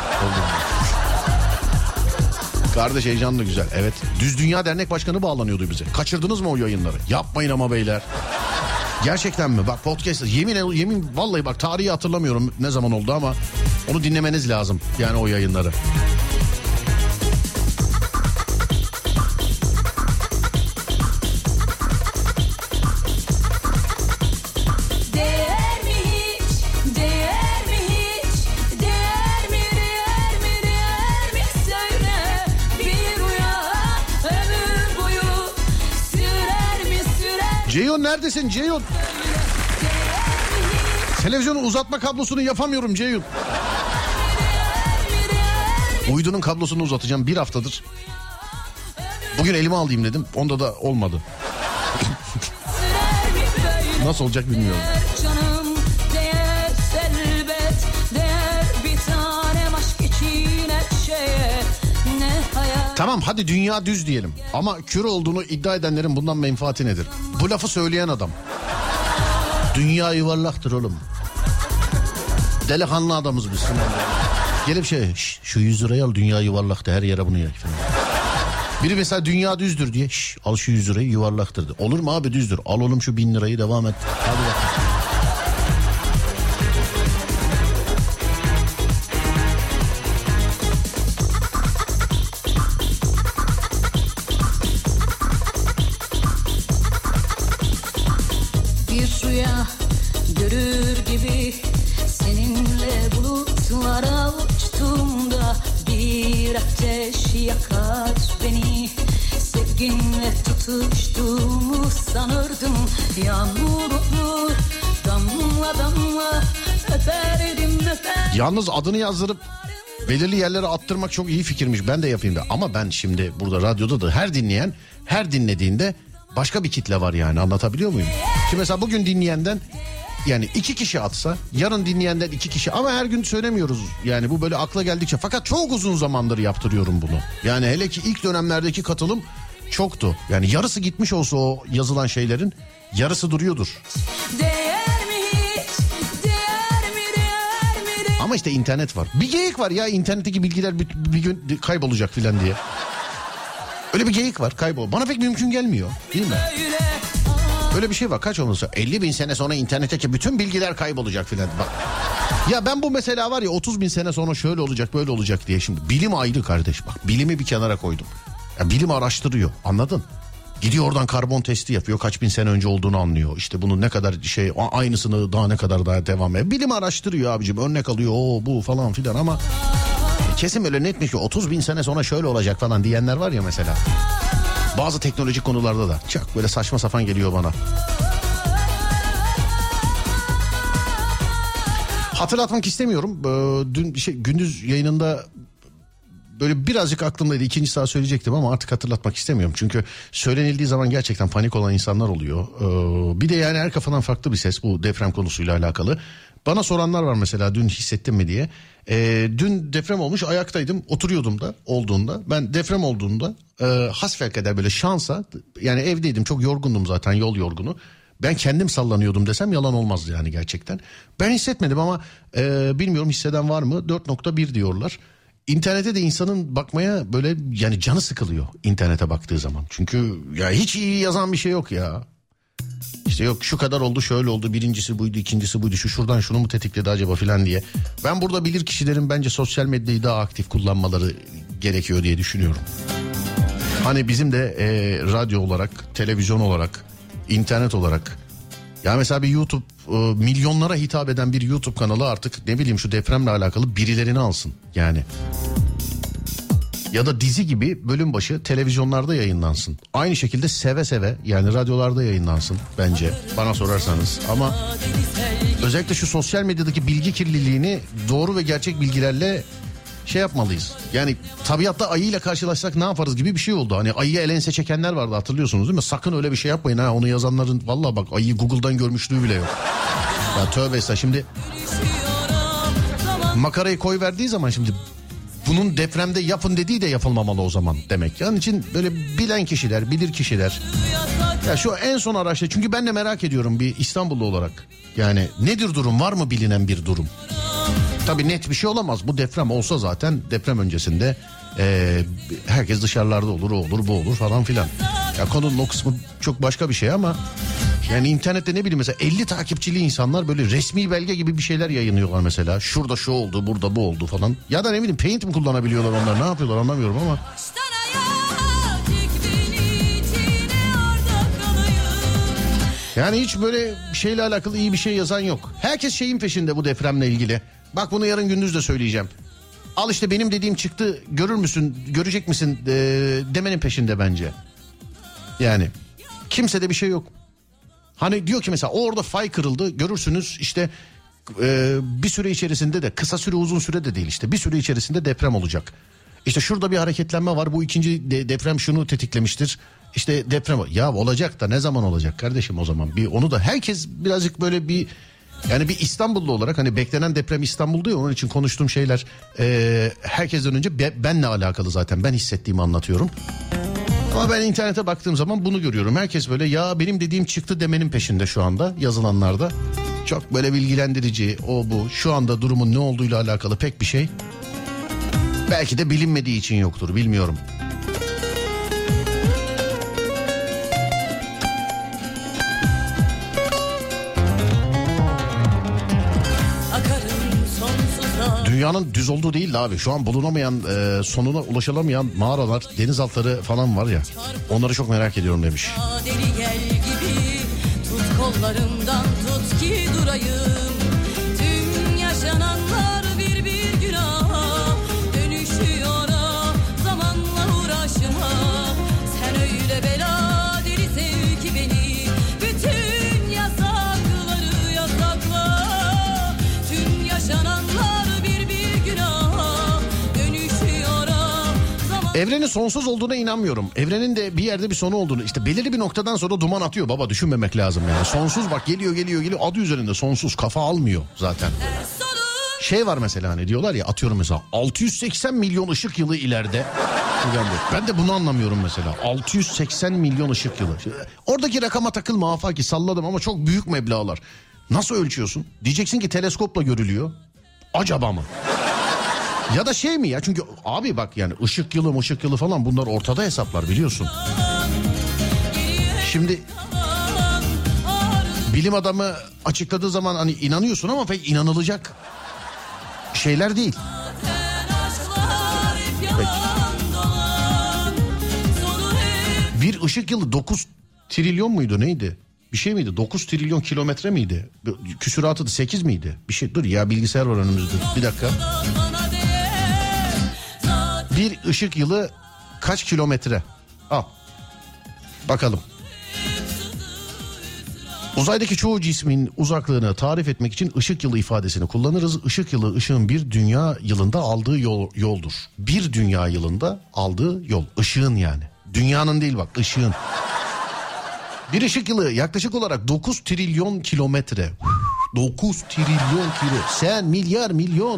Kardeş heyecan da güzel. Evet. Düz Dünya Dernek Başkanı bağlanıyordu bize. Kaçırdınız mı o yayınları? Yapmayın ama beyler. Gerçekten mi? Bak podcast, yemin vallahi bak, tarihi hatırlamıyorum ne zaman oldu ama onu dinlemeniz lazım. Yani o yayınları. Ceyhun neredesin Ceyhun? Televizyonun uzatma kablosunu yapamıyorum Ceyhun. Uydunun kablosunu uzatacağım bir haftadır. Bugün elime alayım dedim. Onda da olmadı. Nasıl olacak bilmiyorum. Tamam hadi dünya düz diyelim. Ama kür olduğunu iddia edenlerin bundan menfaati nedir? Bu lafı söyleyen adam. Dünya yuvarlaktır oğlum. Delikanlı adamız biz. Gelip şu 100 lirayı al, dünya yuvarlaktır, her yere bunu yak. Biri mesela dünya düzdür diye al şu 100 lirayı, yuvarlaktır. Olur mu abi, düzdür. Al oğlum şu 1000 lirayı, devam et. Hadi bakalım. bir rüya görür gibi seninle bulutlara uçtuğumda bir ateş yakar beni. Sevginle tutuştuğumu sanırdım. Yağmur olur damla damla öperdim öper. Yalnız adını yazdırıp belirli yerlere attırmak çok iyi fikirmiş. Ben de yapayım da. Ama ben şimdi burada radyoda da her dinleyen her dinlediğinde başka bir kitle var yani, anlatabiliyor muyum? Şimdi mesela bugün dinleyenden yani 2 kişi atsa, yarın dinleyenden 2 kişi, ama her gün söylemiyoruz yani, bu böyle akla geldikçe. Fakat çok uzun zamandır yaptırıyorum bunu. Yani hele ki ilk dönemlerdeki katılım çoktu. Yani yarısı gitmiş olsa o yazılan şeylerin yarısı duruyordur. Ama işte internet var. Bir geyik var ya, internetteki bilgiler bir gün kaybolacak filan diye. Öyle bir geyik var, kaybol. Bana pek mümkün gelmiyor, değil mi? Öyle bir şey var, kaç olursa 50.000 sene sonra internetteki bütün bilgiler kaybolacak filan. Bak. Ya ben bu mesela var ya 30.000 sene sonra şöyle olacak böyle olacak diye, şimdi bilim ayrı kardeş, bak bilimi bir kenara koydum. Ya bilim araştırıyor, anladın? Gidiyor oradan karbon testi yapıyor, kaç bin sene önce olduğunu anlıyor. İşte bunun ne kadar aynısını daha ne kadar daha devam ediyor. Bilim araştırıyor abicim, örnek alıyor o bu falan filan, ama kesin öyle netmiş ki 30.000 sene sonra şöyle olacak falan diyenler var ya mesela. Bazı teknolojik konularda da çok böyle saçma sapan geliyor bana. Hatırlatmak istemiyorum. Dün gündüz yayınında böyle birazcık aklımdaydı. 2. saat söyleyecektim ama artık hatırlatmak istemiyorum. Çünkü söylenildiği zaman gerçekten panik olan insanlar oluyor. Bir de yani her kafadan farklı bir ses bu deprem konusuyla alakalı. Bana soranlar var mesela, dün hissettin mi diye. Dün deprem olmuş, ayaktaydım, oturuyordum da olduğunda. Ben deprem olduğunda hasbelkader böyle şansa, yani evdeydim, çok yorgundum zaten, yol yorgunu. Ben kendim sallanıyordum desem yalan olmazdı yani gerçekten. Ben hissetmedim ama bilmiyorum hisseden var mı? 4.1 diyorlar. İnternete de insanın bakmaya böyle yani canı sıkılıyor internete baktığı zaman. Çünkü ya hiç iyi yazan bir şey yok ya. İşte yok şu kadar oldu, şöyle oldu, birincisi buydu, ikincisi buydu, şuradan şunu mu tetikledi acaba filan diye. Ben burada bilir kişilerin bence sosyal medyayı daha aktif kullanmaları gerekiyor diye düşünüyorum. Hani bizim de radyo olarak, televizyon olarak, internet olarak, ya mesela bir YouTube, milyonlara hitap eden bir YouTube kanalı artık ne bileyim şu depremle alakalı birilerini alsın yani. Ya da dizi gibi bölüm başı televizyonlarda yayınlansın. Aynı şekilde seve seve yani radyolarda yayınlansın bence, bana sorarsanız. Ama özellikle şu sosyal medyadaki bilgi kirliliğini doğru ve gerçek bilgilerle şey yapmalıyız. Yani tabiatta ayıyla karşılaşsak ne yaparız gibi bir şey oldu. Hani ayıya el ense çekenler vardı, hatırlıyorsunuz değil mi? Sakın öyle bir şey yapmayın ha, onu yazanların vallahi bak ayıyı Google'dan görmüşlüğü bile yok. Ya tövbe estağfurullah, şimdi makarayı koy verdiği zaman şimdi bunun depremde yapın dediği de yapılmamalı o zaman demek. Yani için böyle bilen kişiler, bilir kişiler. Ya şu en son araçta, çünkü ben de merak ediyorum bir İstanbullu olarak. Yani nedir durum, var mı bilinen bir durum? Tabii net bir şey olamaz. Bu deprem olsa zaten deprem öncesinde herkes dışarılarda olur, o olur, bu olur falan filan. Ya konunun o kısmı çok başka bir şey ama yani internette ne bileyim mesela 50 takipçili insanlar böyle resmi belge gibi bir şeyler yayınlıyorlar mesela. Şurada şu oldu, burada bu oldu falan. Ya da ne bileyim Paint mi kullanabiliyorlar onlar, ne yapıyorlar anlamıyorum ama. Yani hiç böyle şeyle alakalı iyi bir şey yazan yok. Herkes şeyin peşinde bu depremle ilgili. Bak bunu yarın gündüz de söyleyeceğim. Al işte benim dediğim çıktı, görür müsün, görecek misin demenin peşinde bence. Yani kimsede bir şey yok. Hani diyor ki mesela orada fay kırıldı, görürsünüz işte bir süre içerisinde de, kısa süre uzun süre de değil, işte bir süre içerisinde deprem olacak. İşte şurada bir hareketlenme var, bu ikinci deprem şunu tetiklemiştir. İşte deprem ya olacak da ne zaman olacak kardeşim o zaman? Bir onu da herkes birazcık böyle bir, yani bir İstanbullu olarak hani beklenen deprem İstanbul'da ya, onun için konuştuğum şeyler herkesten önce benle alakalı zaten, ben hissettiğimi anlatıyorum. Ama ben internete baktığım zaman bunu görüyorum. Herkes böyle ya benim dediğim çıktı demenin peşinde şu anda yazılanlarda. Çok böyle bilgilendirici o bu, şu anda durumun ne olduğuyla alakalı pek bir şey. Belki de bilinmediği için yoktur, bilmiyorum. Dünyanın düz olduğu değil de abi, şu an bulunamayan, sonuna ulaşılamayan mağaralar, denizaltıları falan var ya, onları çok merak ediyorum demiş. Kollarımdan tut ki durayım. Tüm yaşananlar bir bir günah. Dönüşüyor zamanla uğraşma. Sen öyle bela deli sev ki beni. Bütün yasakları yasakla. Tüm yaşananlar bir bir günah. Dönüşüyor zaman. Evrenin sonsuz olduğuna inanmıyorum. Evrenin de bir yerde bir sonu olduğunu, işte belirli bir noktadan sonra duman atıyor baba, düşünmemek lazım yani. Sonsuz bak, geliyor adı üzerinde sonsuz, kafa almıyor zaten. Şey var mesela, hani diyorlar ya, atıyorum mesela 680 milyon ışık yılı ileride. Ben de bunu anlamıyorum mesela. 680 milyon ışık yılı. Oradaki rakama takılma afaki, salladım ama çok büyük meblağlar. Nasıl ölçüyorsun? Diyeceksin ki teleskopla görülüyor. Acaba mı? Ya da şey mi ya, çünkü abi bak yani ışık yılı falan bunlar ortada hesaplar, biliyorsun. Şimdi bilim adamı açıkladığı zaman hani inanıyorsun ama pek inanılacak şeyler değil. Peki. Bir ışık yılı 9 trilyon muydu neydi? Bir şey miydi? 9 trilyon kilometre miydi? Küsuratı da 8 miydi? Bir şey, dur ya, bilgisayar var önümüzde. Bir dakika. Bir ışık yılı kaç kilometre? Al. Bakalım. Uzaydaki çoğu cismin uzaklığını tarif etmek için ışık yılı ifadesini kullanırız. Işık yılı ışığın bir dünya yılında aldığı yoldur. Bir dünya yılında aldığı yol. Işığın yani. Dünyanın değil bak, ışığın. Bir ışık yılı yaklaşık olarak 9 trilyon kilometre. 9 trilyon kilo. Sen milyar milyon.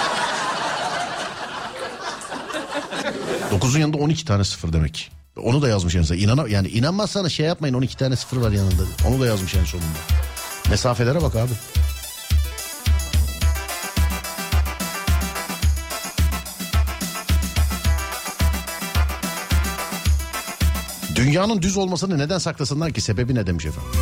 9'un yanında 12 tane sıfır demek. Onu da yazmış yanında. Yani inanmazsanız şey yapmayın, 12 tane sıfır var yanında. Onu da yazmış en sonunda. Mesafelere bak abi. Dünyanın düz olmasını neden saklasınlar ki? Sebebi ne demiş efendim?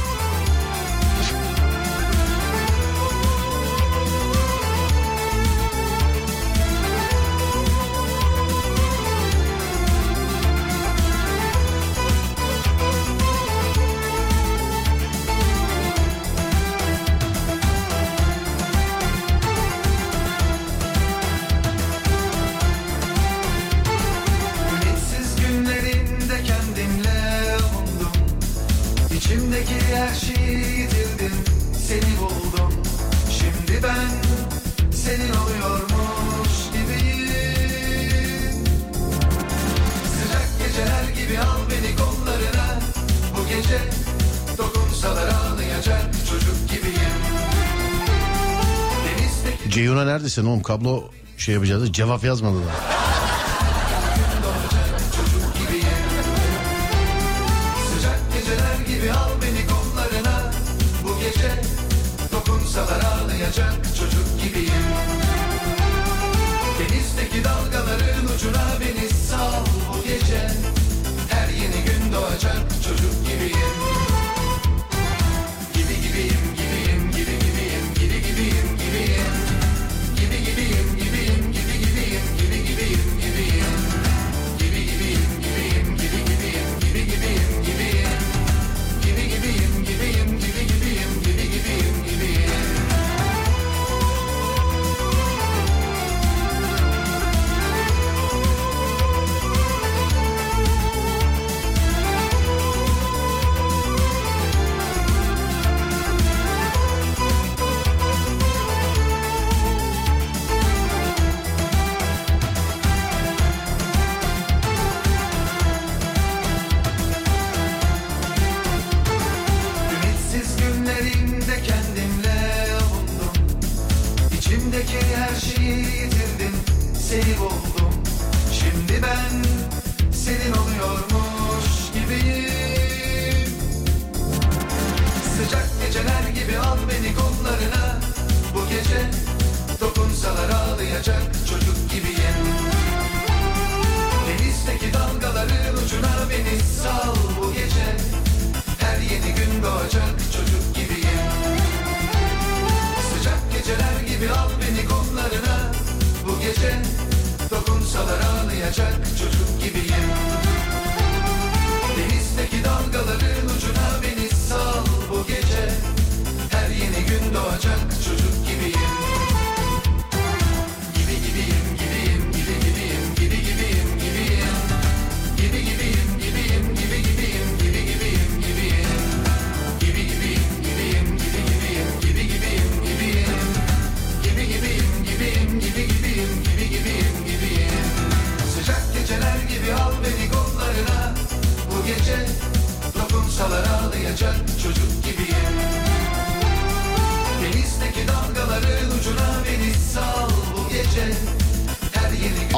Ceyhun'a neredesin oğlum? Kablo şey yapacağız. Cevap yazmadı da. Sıcak geceler gibi al beni kollarına. Bu gece dokunsalar ağlayacak çocuk gibiyim. Denizdeki dalgaların ucuna beni sal bu gece. Her yeni gün doğacak çocuk gibiyim.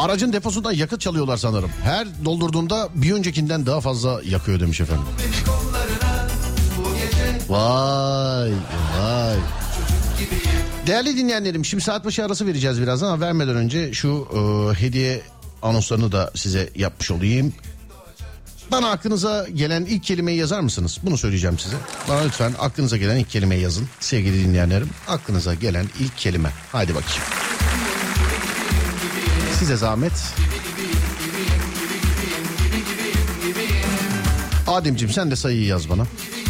Aracın deposundan yakıt çalıyorlar sanırım. Her doldurduğumda bir öncekinden daha fazla yakıyor demiş efendim. Vay vay. Değerli dinleyenlerim, şimdi saat başı arası vereceğiz birazdan ama vermeden önce şu hediye anonslarını da size yapmış olayım. Bana aklınıza gelen ilk kelimeyi yazar mısınız? Bunu söyleyeceğim size. Bana lütfen aklınıza gelen ilk kelimeyi yazın. Sevgili dinleyenlerim, aklınıza gelen ilk kelime. Haydi bakayım. Size zahmet. Ademciğim sen de sayıyı yaz bana.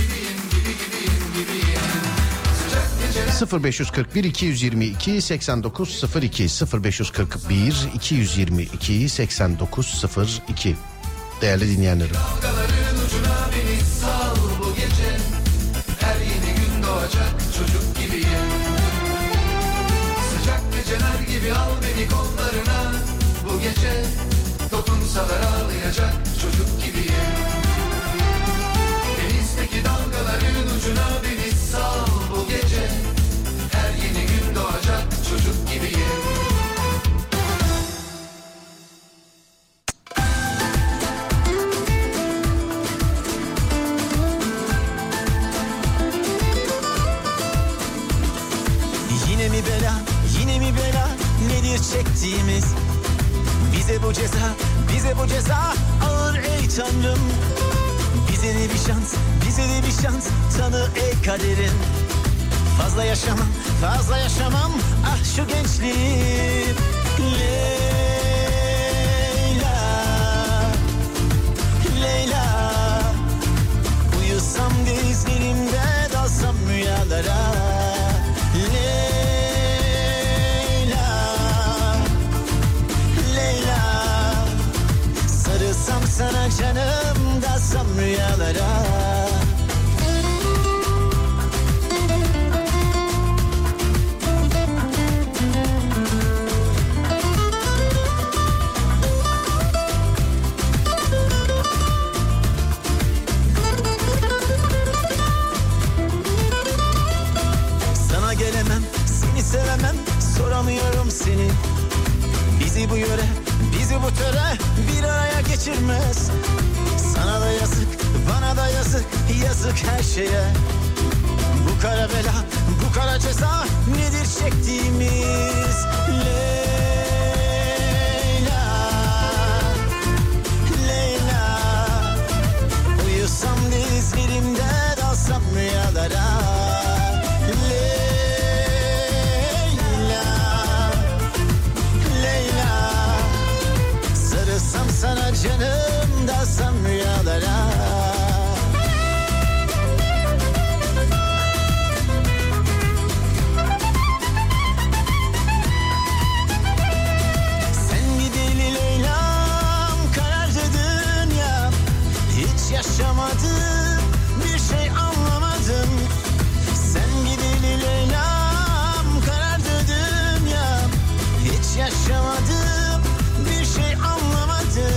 0541 222 8902 0541 222 8902. Değerli dinleyenlerim. Dalgaların ucuna beni sal bu gece. Her yeni gün doğacak çocuk gibiyim. Sıcak geceler gibi al beni kollarına. Bu gece dokunsalar ağlayacak çocuk gibiyim. Denizdeki dalgaların ucuna beni sal bu gece. Her yeni gün doğacak çocuk gibiyim. Yine mi bela, yine mi bela, nedir çektiğimiz? Bize bu ceza, bize bu ceza ağır ey Tanrım. Bize de bir şans, bize de bir şans tanı ey kaderin. Fazla yaşamam, fazla yaşamam, ah şu gençliğim. Leyla, Leyla, uyusam dizlerimde dalsam rüyalara. Leyla, Leyla, sarılsam sana canım, dalsam rüyalara. Sana gelemem, seni sevemem, soramıyorum seni. Bizi bu yöre, bizi bu töre bir araya geçirmez. Sana da yazık, bana da yazık, yazık her şeye. Bu kara bela, bu kara ceza nedir çektiğimiz? Leyla, Leyla, uyusam dizlerimde dalsam rüyalara. Leyla, Leyla, sarılsam sana canım, dalsam rüyalara. Sen gideli Leyla'm, karardı dünya. Hiç yaşamadım, bir şey anlamadım. Sen gideli Leyla'm, karardı dünya. Hiç yaşamadım, bir şey anlamadım.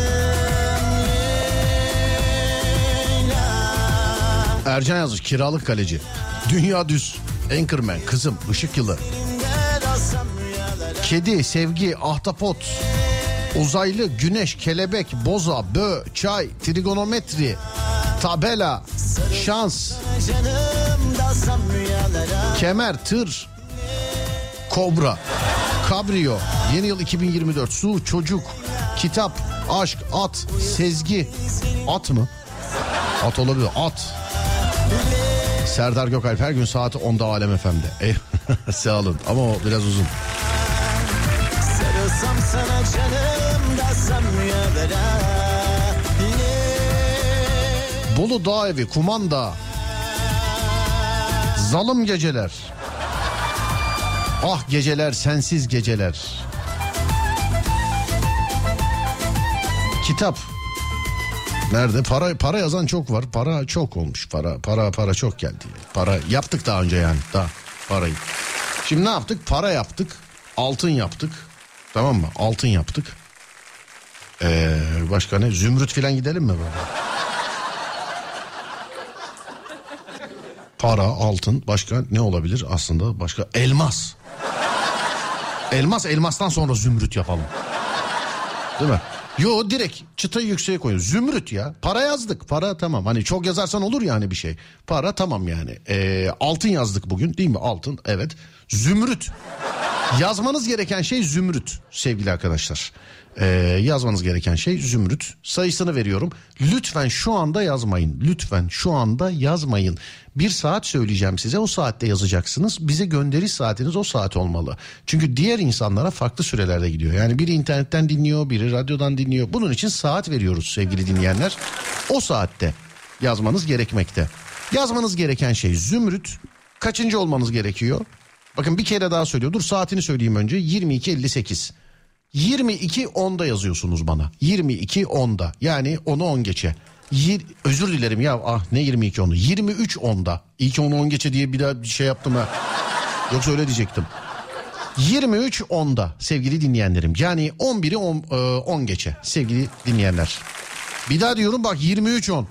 Leyla. Ercan yazmış, kiralık kaleci. Dünya düz. Anchorman, kızım, ışık yılı. Kedi, sevgi, ahtapot, uzaylı, güneş, kelebek, boza, bö, çay, trigonometri, tabela, şans, kemer, tır, kobra, kabrio, yeni yıl 2024, su, çocuk, kitap, aşk, at, sezgi, at mı? At olabilir, at. Serdar Gökalp her gün saat 10'da Alem FM'de. Sağ olun ama o biraz uzun. Sarılsam sana canım, dalsam rüyalara. Bolu Dağ Evi, kumanda, zalim geceler, ah geceler, sensiz geceler, kitap. Nerede? Para yazan çok var. Para çok olmuş. Para çok geldi. Para yaptık daha önce yani. Daha parayı. Şimdi ne yaptık? Para yaptık. Altın yaptık. Tamam mı? Altın yaptık. Başka ne? Zümrüt falan gidelim mi böyle? Para, altın, başka ne olabilir aslında? Başka elmas. Elmastan sonra zümrüt yapalım. Değil mi? Yo, direkt çıtayı yükseğe koyun. Zümrüt ya. Para yazdık. Para tamam. Hani çok yazarsan olur ya hani bir şey. Para tamam yani. Altın yazdık bugün değil mi? Altın, evet. Zümrüt. Yazmanız gereken şey zümrüt sevgili arkadaşlar. Yazmanız gereken şey zümrüt. Sayısını veriyorum. Lütfen şu anda yazmayın. Lütfen şu anda yazmayın. Bir saat söyleyeceğim size. O saatte yazacaksınız. Bize gönderiş saatiniz o saat olmalı. Çünkü diğer insanlara farklı sürelerde gidiyor. Yani biri internetten dinliyor, biri radyodan dinliyor. Bunun için saat veriyoruz sevgili dinleyenler. O saatte yazmanız gerekmekte. Yazmanız gereken şey zümrüt. Kaçıncı olmanız gerekiyor? Bakın bir kere daha söylüyor. Dur, saatini söyleyeyim önce. 22.58. 22.10'da yazıyorsunuz bana. 22.10'da. Yani 10'u 10 geçe. Özür dilerim ya. Ne 22.10'u? 23.10'da. İyi ki 10'u 10 geçe diye bir daha bir şey yaptım ha. Yoksa öyle diyecektim. 23.10'da sevgili dinleyenlerim. Yani 11'i 10 geçe sevgili dinleyenler. Bir daha diyorum bak, 23.10.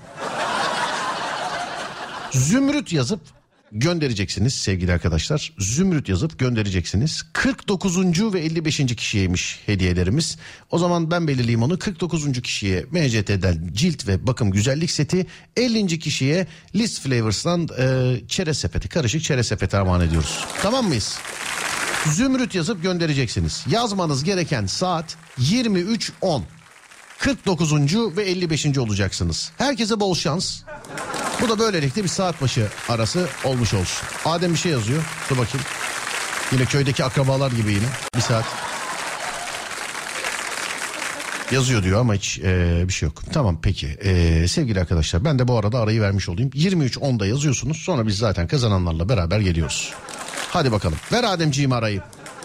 Zümrüt yazıp göndereceksiniz sevgili arkadaşlar. Zümrüt yazıp göndereceksiniz. 49. ve 55. kişiyeymiş hediyelerimiz. O zaman ben belirleyeyim onu. 49. kişiye MCT'den cilt ve bakım güzellik seti, 50. kişiye List Flavors'tan çerez sepeti, karışık çerez sepeti armağan ediyoruz. Tamam mıyız? Zümrüt yazıp göndereceksiniz. Yazmanız gereken saat 23.10. 49. ve 55. olacaksınız. Herkese bol şans. Bu da böylelikle bir saat başı arası olmuş olsun. Adem bir şey yazıyor. Dur bakayım. Yine köydeki akrabalar gibi yine. Bir saat. Yazıyor diyor ama hiç bir şey yok. Tamam peki. Sevgili arkadaşlar, ben de bu arada arayı vermiş olayım. 23.10'da yazıyorsunuz. Sonra biz zaten kazananlarla beraber geliyoruz. Hadi bakalım. Ver Ademciğim arayı.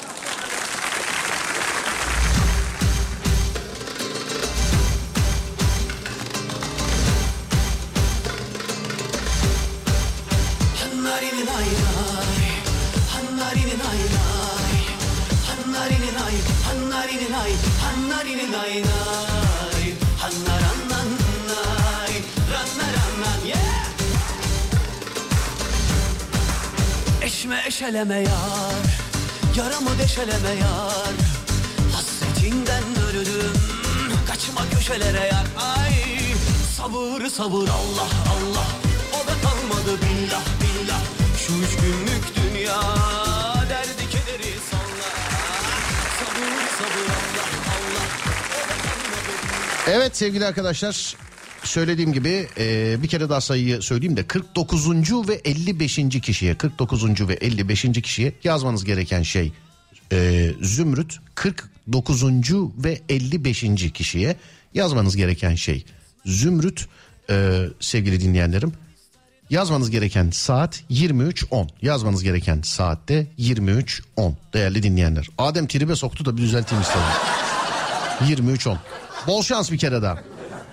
Eşme eşeleme yar, yaramı deşeleme yar. Hasretinden öldüm, kaçma köşelere yar. Ay sabır sabır Allah Allah, o da kalmadı billah billah. Şu 3 günlük dünya derdi kederi salla. Sabır sabır Allah Allah, o da kalmadı billah. Evet sevgili arkadaşlar, söylediğim gibi bir kere daha sayıyı söyleyeyim de 49. ve 55. kişiye 49. ve 55. kişiye yazmanız gereken şey zümrüt. 49. ve 55. kişiye yazmanız gereken şey zümrüt sevgili dinleyenlerim. Yazmanız gereken saat 23.10. Yazmanız gereken saatte 23.10 değerli dinleyenler. Adem tribe soktu da bir düzelteyim istedim. 23.10. Bol şans bir kere daha.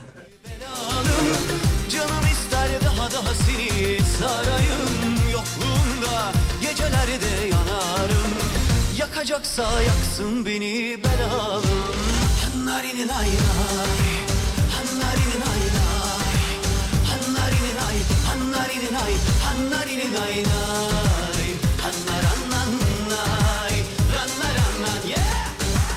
Canım ister daha seni sarayım, yokluğunda gecelerde yanarım. Yakacaksa yaksın beni belalım. Hanlarinin aynay, hanlarinin aynay, hanlarinin ay, hanlarinin ay, hanlarinin aynay, hanlar annay, ranlar annan yeah.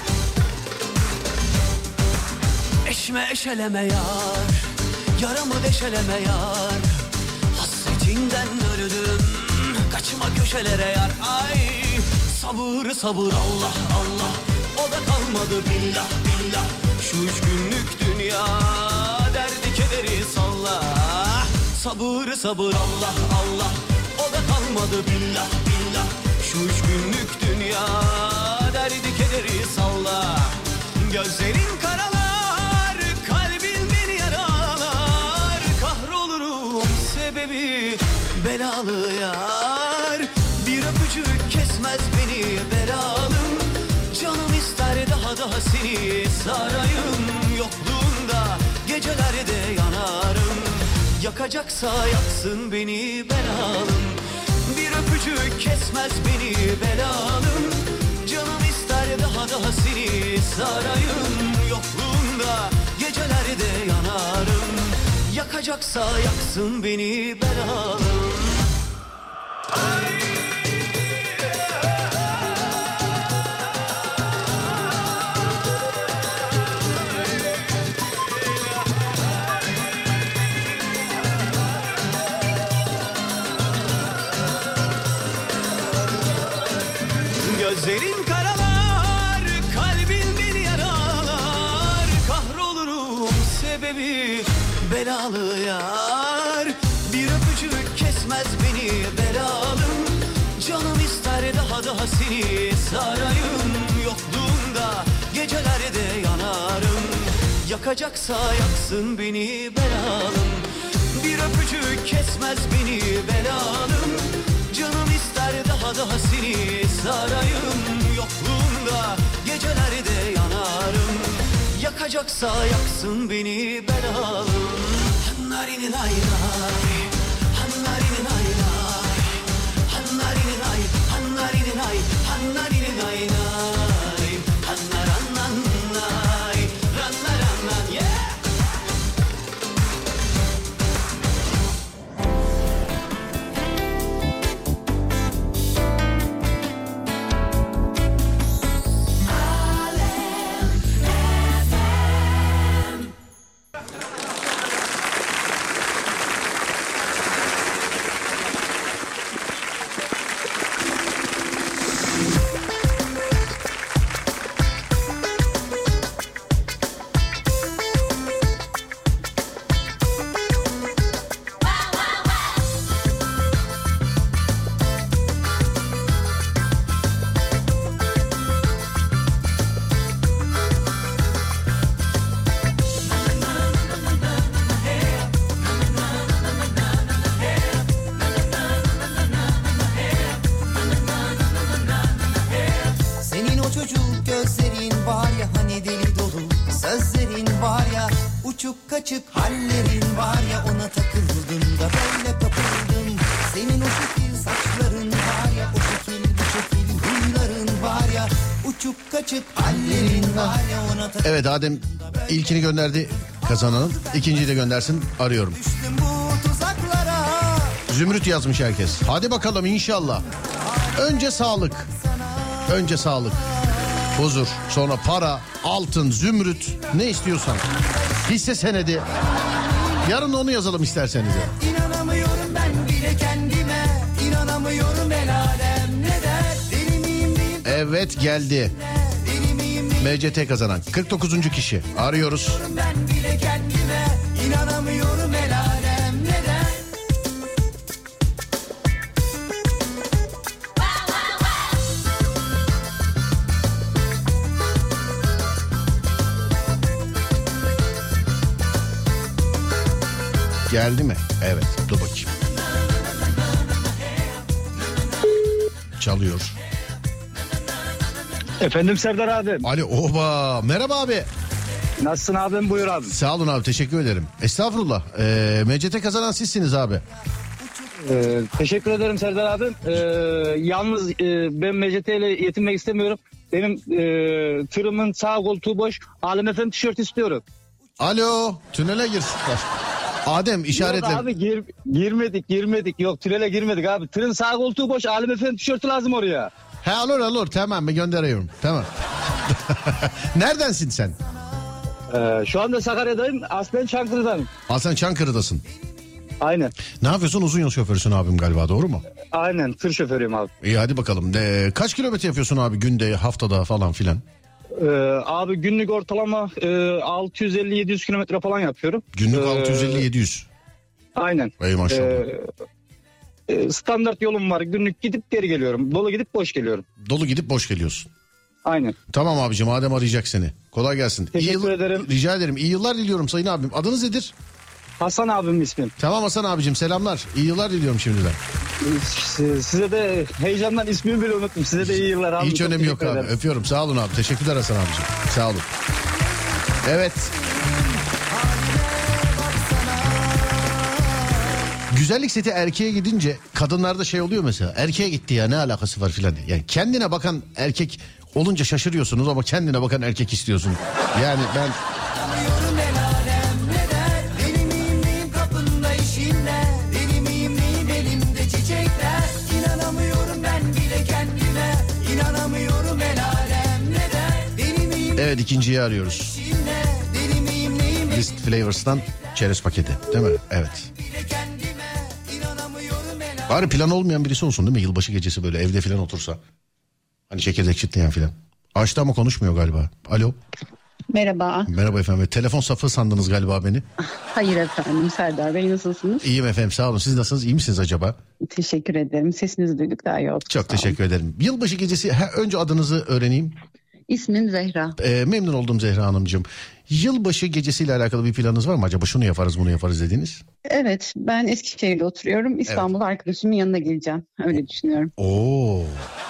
Eşme eşeleme yar, yaramı deşeleme yar. Hasretinden öldüm, kaçma köşelere yar. Ay sabır sabır Allah Allah, o da kalmadı billah billah. Şu 3 günlük dünya derdi kederi salla. Sabır sabır Allah Allah, o da kalmadı billah billah. Şu 3 günlük dünya derdi kederi salla. Gözlerin karalar, kalbin beni yaralar. Kahrolurum sebebi belalı yar. Bir öpücük kesmez beni belalım. Canım ister daha seni sarayım. Yokluğunda gecelerde yanarım. Yakacaksa yaksın beni belalım. Bir öpücük kesmez beni belalım. Canım ister daha seni sarayım. Yokluğunda gecelerde yanarım. Yakacaksa yaksın beni belalım. Gözlerin karalar, kalbin beni yaralar. Kahrolurum sebebi belalı yar. Bir öpücük kesmez beni belalım. Canım ister daha seni sarayım. Yokluğunda gecelerde yanarım. Yakacaksa yaksın beni belalım. Bir öpücük kesmez beni belalım. Canım ister daha seni sarayım. Yokluğunda gecelerde yanarım. Yakacaksa yaksın beni belalım. Hannarini lay lay, hannarini lay lay, hannarini lay, hannarini lay, hannarini lay lay, hannarannan lay, rannarannan yeah. Senin o çocuk gözlerin var ya hani deli dolu. Sözlerin var ya uçuk kaçık hallerin var ya ona takıldım da böyle kapıldım. Senin o şekil saçların var ya o şekil bu şekil huyların var ya uçuk kaçık hallerin var ya ona takıldım. Evet, Adem ilkini gönderdi kazananın. İkinciyi de göndersin, arıyorum. Düştüm bu tuzaklara. Zümrüt yazmış herkes. Hadi bakalım inşallah. Önce sağlık. Önce sağlık. Huzur. Sonra para, altın, zümrüt. Ne istiyorsan. Hisse senedi. Yarın onu yazalım isterseniz ya. İnanamıyorum ben bile kendime. İnanamıyorum el alem ne der. Deli miyim değil Evet, geldi. deli miyim değil MCT kazanan 49. kişi. Arıyoruz. ben bile kendime. İnanamıyorum el alem ne der. Geldi mi? Evet, dur bakayım. Çalıyor. Efendim Serdar abim. Ali oba. Merhaba abi. Nasılsın abim, buyur abim. Sağ olun abi, teşekkür ederim. Estağfurullah. MCT kazanan sizsiniz abi. Teşekkür ederim Serdar abim. Yalnız ben MCT ile yetinmek istemiyorum. Benim tırımın sağ koltuğu boş. Alem Efem tişört istiyorum. Alo, tünele girsinler. Adem işaretle. Yok abi girmedik. Yok tünele girmedik abi. Tırın sağ koltuğu boş. Alem Efem tişörtü lazım oraya. He olur tamam, ben gönderiyorum. Tamam. Neredensin sen? Şu anda Sakarya'dayım. Aslen Çankırı'dayım. Sen Çankırı'dasın. Aynen. Ne yapıyorsun? Uzun yol şoförüsün abim galiba, doğru mu? Aynen tır şoförüyüm abi. İyi hadi bakalım. Kaç kilometre yapıyorsun abi günde, haftada falan filan? Abi günlük ortalama 650-700 kilometre falan yapıyorum. Günlük 650-700. Aynen. Ey maşallah. Standart yolum var. Günlük gidip geri geliyorum. Dolu gidip boş geliyorum. Dolu gidip boş geliyorsun. Aynen. Tamam abicim, Adem arayacak seni. Kolay gelsin. Teşekkür ederim. Rica ederim. İyi yıllar diliyorum sayın abim. Adınız nedir? Hasan abim ismim. Tamam Hasan abicim, selamlar. İyi yıllar diliyorum şimdiden. Size de heyecandan ismimi bile unuttum. Size de iyi yıllar abi. Hiç Çok önemi yok teşekkür abi. ederim. Öpüyorum. Sağ olun abi. Teşekkürler Hasan abicim. Sağ olun. Evet. Güzellik seti erkeğe gidince kadınlarda şey oluyor mesela. Erkeğe gitti ya, ne alakası var filan diye. Yani kendine bakan erkek olunca şaşırıyorsunuz ama kendine bakan erkek istiyorsun. Yani ben... İnanamıyorum el alem ne der. Deli miyim neyim kapında işimle. Deli miyim neyim elimde çiçekler. İnanamıyorum ben bile kendime. İnanamıyorum el alem ne der. Deli miyim Evet, ikinciyi arıyoruz. işimle. Deli miyim neyim List Flavors'tan çerez paketi değil mi? Evet. bile kendime. İnanamıyorum el alem. Bari plan olmayan birisi olsun değil mi? Yılbaşı gecesi böyle evde filan otursa. Hani çekirdek çitleyen filan. Açtı ama konuşmuyor galiba. Alo. Merhaba. Merhaba efendim. Telefon safı sandınız galiba beni. Hayır efendim, Serdar Bey nasılsınız? İyiyim efendim, sağ olun. Siz nasılsınız? İyi misiniz acaba? Teşekkür ederim. Sesinizi duyduk, daha iyi olduk. Çok teşekkür ederim. Yılbaşı gecesi önce adınızı öğreneyim. İsmim Zehra. Memnun oldum Zehra Hanımcığım. Yılbaşı gecesiyle alakalı bir planınız var mı? Acaba şunu yaparız bunu yaparız dediğiniz? Evet, ben Eskişehir'de oturuyorum. İstanbul arkadaşımın yanına geleceğim. Öyle düşünüyorum. Oo.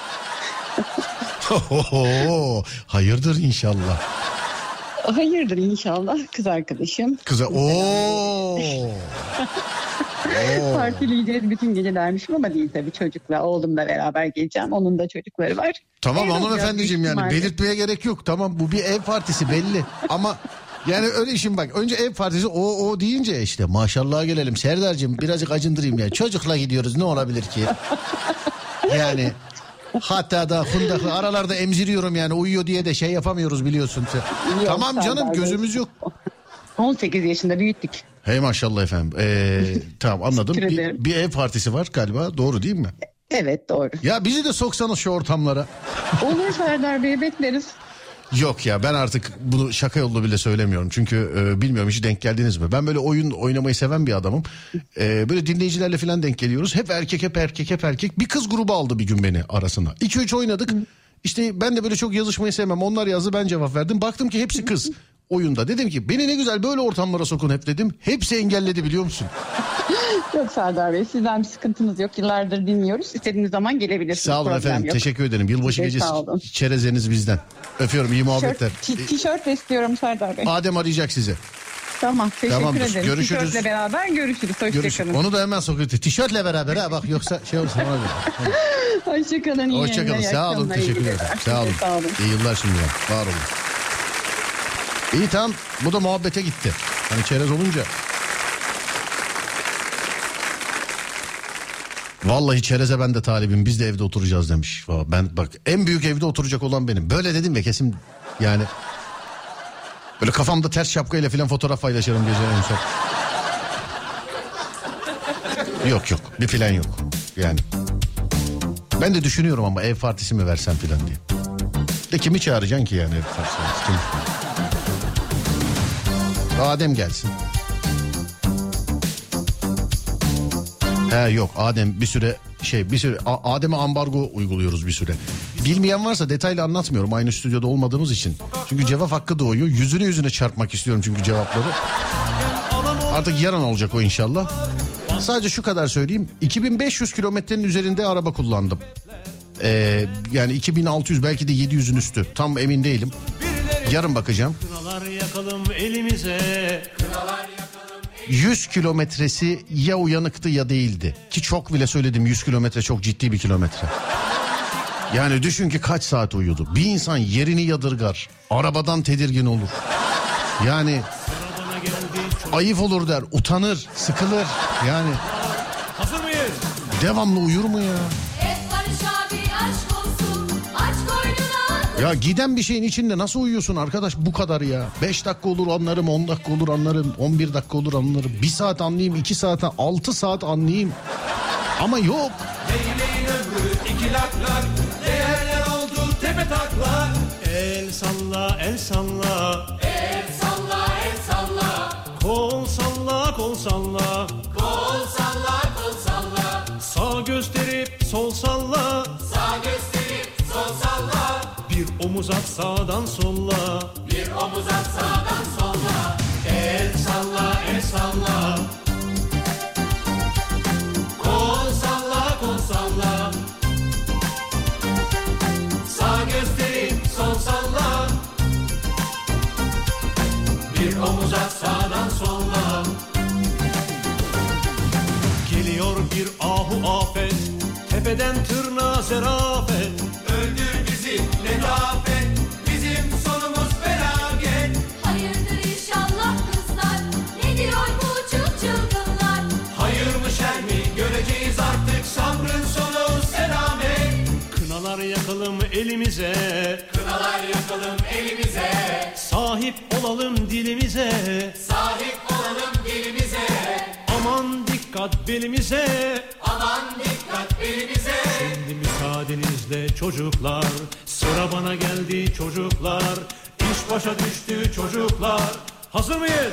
Hayırdır inşallah. Hayırdır inşallah, kız arkadaşım. Kıza ooo. Partileyeceğiz bütün gece dermişim ama değil tabii, çocukla oğlumla beraber geleceğim. Onun da çocukları var. Tamam Evet, hanımefendiciğim, yani maalesef. belirtmeye gerek yok. Tamam, bu bir ev partisi belli. Ama yani öyle işin bak. Önce ev partisi o deyince işte maşallah gelelim. Serdar'cığım birazcık acındırayım ya. Çocukla gidiyoruz, ne olabilir ki? Yani hatta da fundaklı aralarda emziriyorum yani, uyuyor diye de şey yapamıyoruz biliyorsun. Yok, Tamam canım, Serdar Bey. gözümüz yok. 18 yaşında büyüttük. Hey maşallah efendim. Tamam anladım. Teşekkür ederim. Bir ev partisi var galiba, doğru değil mi? Evet, doğru. Ya bizi de soksanız şu ortamlara. Olur Serdar Bey, bekleriz. Yok ya, ben artık bunu şaka yollu bile söylemiyorum. Çünkü bilmiyorum, hiç denk geldiniz mi? Ben böyle oyun oynamayı seven bir adamım. Böyle dinleyicilerle falan denk geliyoruz. Hep erkek. Bir kız grubu aldı bir gün beni arasına. 2-3 oynadık. İşte ben de böyle çok yazışmayı sevmem. Onlar yazdı, ben cevap verdim. Baktım ki hepsi kız oyunda. Dedim ki beni ne güzel böyle ortamlara sokun hep dedim. Hepsi engelledi biliyor musun? Yok Serdar Bey, sizden bir sıkıntımız yok. Yıllardır dinliyoruz. İstediğiniz zaman gelebilirsiniz. Sağ olun Problem efendim. yok. Teşekkür ederim. Yılbaşı Size gecesi sağ olun. çerezeniz bizden. Öpüyorum, iyi muhabbetler. Tişört de istiyorum Serdar Bey. Adem arayacak sizi. Tamam, teşekkür Tamamdır, ederim. görüşürüz. Tişörtle beraber görüşürüz. Hoşçakalın. Onu da hemen sokuyor. Tişörtle beraber ha, bak yoksa şey olsun. Hoşçakalın. Hoşçakalın. Sağ olun. Teşekkür ederim. Sağ olun. Sağ olun. İyi yıllar şimdiden. Var olun. İyi tamam. Bu da muhabbete gitti. Hani çerez olunca. Vallahi çereze ben de talibim. Biz de evde oturacağız demiş. Ben bak, en büyük evde oturacak olan benim. Böyle dedim ve kesin yani. Böyle kafamda ters şapkayla falan fotoğraf paylaşırım gece en son. Yok bir plan yok. Yani. Ben de düşünüyorum ama ev partisi mi versem falan diye. De kimi çağıracaksın ki yani ev partisi? Kim? Adem gelsin. Yok Adem bir süre Adem'e ambargo uyguluyoruz bir süre. Bilmeyen varsa detaylı anlatmıyorum aynı stüdyoda olmadığımız için. Çünkü cevap hakkı doğuyor. Yüzüne çarpmak istiyorum çünkü cevapları. Artık yarın olacak o inşallah. Sadece şu kadar söyleyeyim. 2500 kilometrenin üzerinde araba kullandım. Yani 2600 belki de 700'ün üstü. Tam emin değilim. Yarın bakacağım. 100 kilometresi ya uyanıktı ya değildi. Ki çok bile söyledim, 100 kilometre çok ciddi bir kilometre. Yani düşün ki kaç saat uyudu. Bir insan yerini yadırgar. Arabadan tedirgin olur. Yani ayıp olur der, utanır, sıkılır. Yani Hazır mıyız? devamlı uyur mu ya? Barış abi aşk olsun, aç koynuna. Ya giden bir şeyin içinde nasıl uyuyorsun arkadaş bu kadar ya? 5 dakika olur anlarım, 10 dakika olur anlarım, 11 dakika olur anlarım. 1 saat anlayayım, 2 saat, 6 saat anlayayım. Ama yok. Leyleğin ömrü 2 laklar, değerler oldu tepe taklar. El salla, el salla. El salla, el salla. Kol salla, kol salla. Kol salla, kol salla. Sağ gösterip sol salla. Sağ gösterip sol salla. Bir omuz at sağdan solla. Bir omuz at sağdan solla. El salla, el salla. Kol salla, kol salla. Sağ gösterip sol salla. Bir omuz at sağdan solla. Geliyor bir ahu afet, tepeden tırnağa zerafet. Öldür bizi letafet, bizim sonumuz felaket. Hayırdır inşallah kızlar. Ne diyor bu çılgınlar? Hayır mı şer mi göreceğiz artık, sabrın sonu selamet. Kınalar yakalım elimize, Kınalar yakalım elimize. sahip olalım dilimize. Sahip olalım dilimize. Aman dikkat dikkat belimize. Aman dikkat belimize. Şimdi müsaadenizle çocuklar, sıra bana geldi çocuklar. İş başa düştü çocuklar. Hazır mıyız?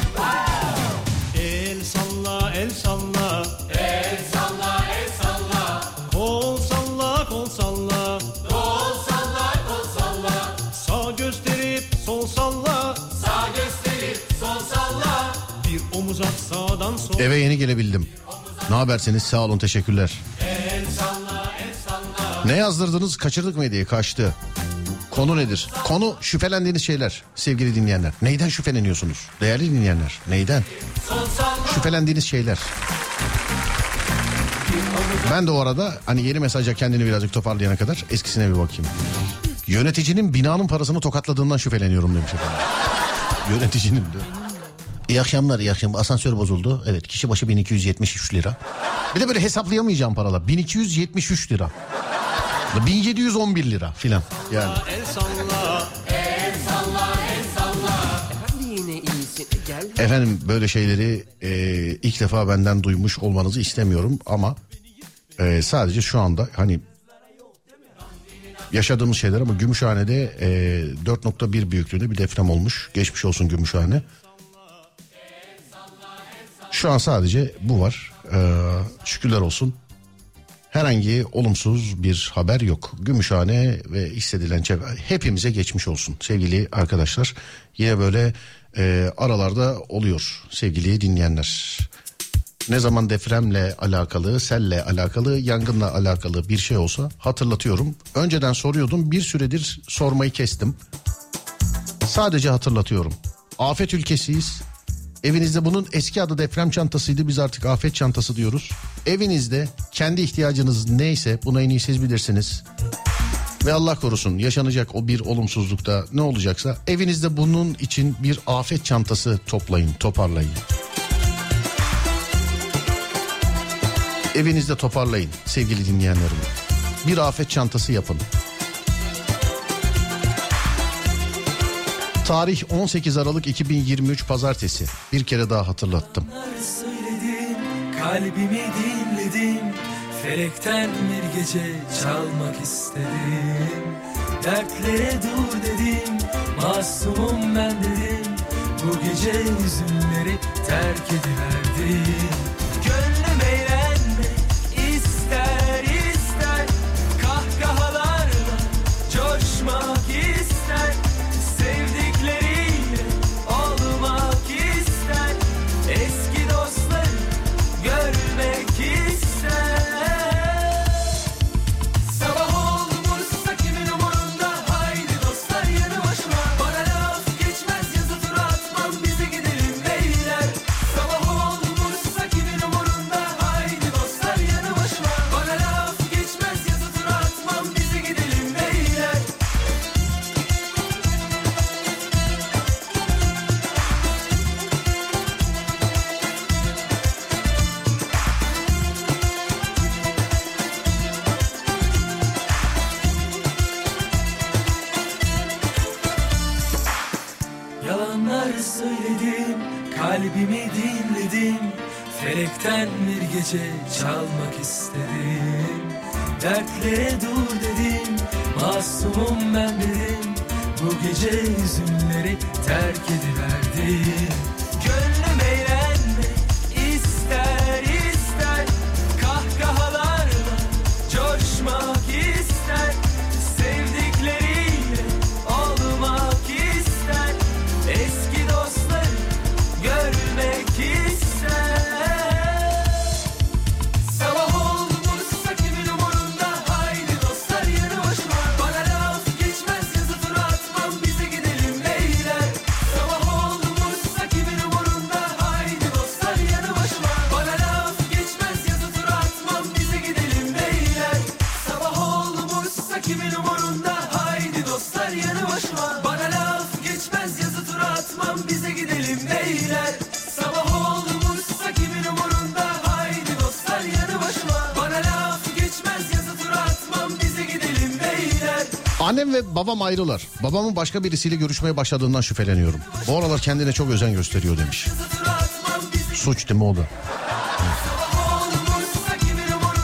El salla, el salla. El salla, el salla. Kol salla, kol salla. Kol salla, kol salla. Sağ gösterip sol salla. Sağ gösterip sol salla. Bir omuz at sağdan sola. Eve yeni gelebildim. Ne habersiniz? Sağ olun, teşekkürler. El salla, el salla. Ne yazdırdınız? Kaçırdık mı diye kaçtı. Konu nedir? Konu şüphelendiğiniz şeyler sevgili dinleyenler. Neyden şüpheleniyorsunuz? Değerli dinleyenler. Neyden? Şüphelendiğiniz şeyler. Ben de o arada hani yeni mesaja kendini birazcık toparlayana kadar eskisine bir bakayım. Yöneticinin binanın parasını tokatladığından şüpheleniyorum demiş efendim. Yöneticinin de. İyi akşamlar, iyi akşamlar. Asansör bozuldu. Evet, kişi başı 1273 lira. Bir de böyle hesaplayamayacağım paralar. 1273 lira. 1711 lira filan yani. El salla. El salla, el salla. Efendim böyle şeyleri ilk defa benden duymuş olmanızı istemiyorum ama sadece şu anda hani yaşadığımız şeyler ama Gümüşhane'de 4.1 büyüklüğünde bir deprem olmuş. Geçmiş olsun Gümüşhane. Şu an sadece bu var. Şükürler olsun. Herhangi olumsuz bir haber yok. Gümüşhane ve hissedilen çevre hepimize geçmiş olsun sevgili arkadaşlar. Yine böyle aralarda oluyor sevgili dinleyenler. Ne zaman depremle alakalı, selle alakalı, yangınla alakalı bir şey olsa hatırlatıyorum. Önceden soruyordum, bir süredir sormayı kestim. Sadece hatırlatıyorum. Afet ülkesiyiz. Evinizde bunun eski adı deprem çantasıydı, biz artık afet çantası diyoruz. Evinizde kendi ihtiyacınız neyse bunu en iyi siz bilirsiniz. Ve Allah korusun yaşanacak o bir olumsuzlukta ne olacaksa evinizde bunun için bir afet çantası toplayın, toparlayın. Evinizde toparlayın sevgili dinleyenlerim. Bir afet çantası yapın. Tarih 18 Aralık 2023 Pazartesi. Bir kere daha hatırlattım. Söyledim, kalbimi dinledim. Felekten bir gece çalmak istedim. Dertlere dur dedim, masumum ben dedim. Bu gece hüzünleri terk ediverdim. Gönlüm eğlenmek ister ister, kahkahalarla coşmak ister. Sevdikleriyle olmak ister, eski dostları görmek ister. Sabah olmuşsa kimin umurunda, haydi dostlar yanı başıma. Bana laf geçmez, yazı tura atmam, bize gidelim beyler. Sabah olmuşsa kimin umurunda, haydi dostlar yanı başıma. Bana laf geçmez, yazı tura atmam, bize gidelim beyler. Yalanlar söyledim, kalbimi dinledim. Felekten bir gece çalmak istedim. Dertlere dur dedim, masumum ben dedim. Bu gece hüzünleri terk ediverdim. Gönlüm eğlenmek ister ister, kahkahalarla coşmak ister. Sevdikleriyle olmak ister, eski dostları görmek ister. Sabah olmuşsa kimin umurunda, haydi dostlar yanı başıma. Bana laf geçmez, yazı tura atmam, bize gidelim beyler. Sabah olmuşsa kimin umurunda, haydi dostlar yanı başıma. Bana laf geçmez, yazı tura atmam, bize gidelim beyler. Sabah olmuşsa kimin umurunda, haydi dostlar yanı başıma. Bana laf geçmez, yazı tura atmam, bize gidelim beyler. Sabah olmuşsa kimin umurunda, haydi dostlar yanı başıma. Bana laf geçmez, yazı tura atmam, bize gidelim beyler. Annem ve babam ayrılar. Babamın başka birisiyle görüşmeye başladığından şüpheleniyorum. Bu aralar kendine çok özen gösteriyor demiş. Suç değil mi o da?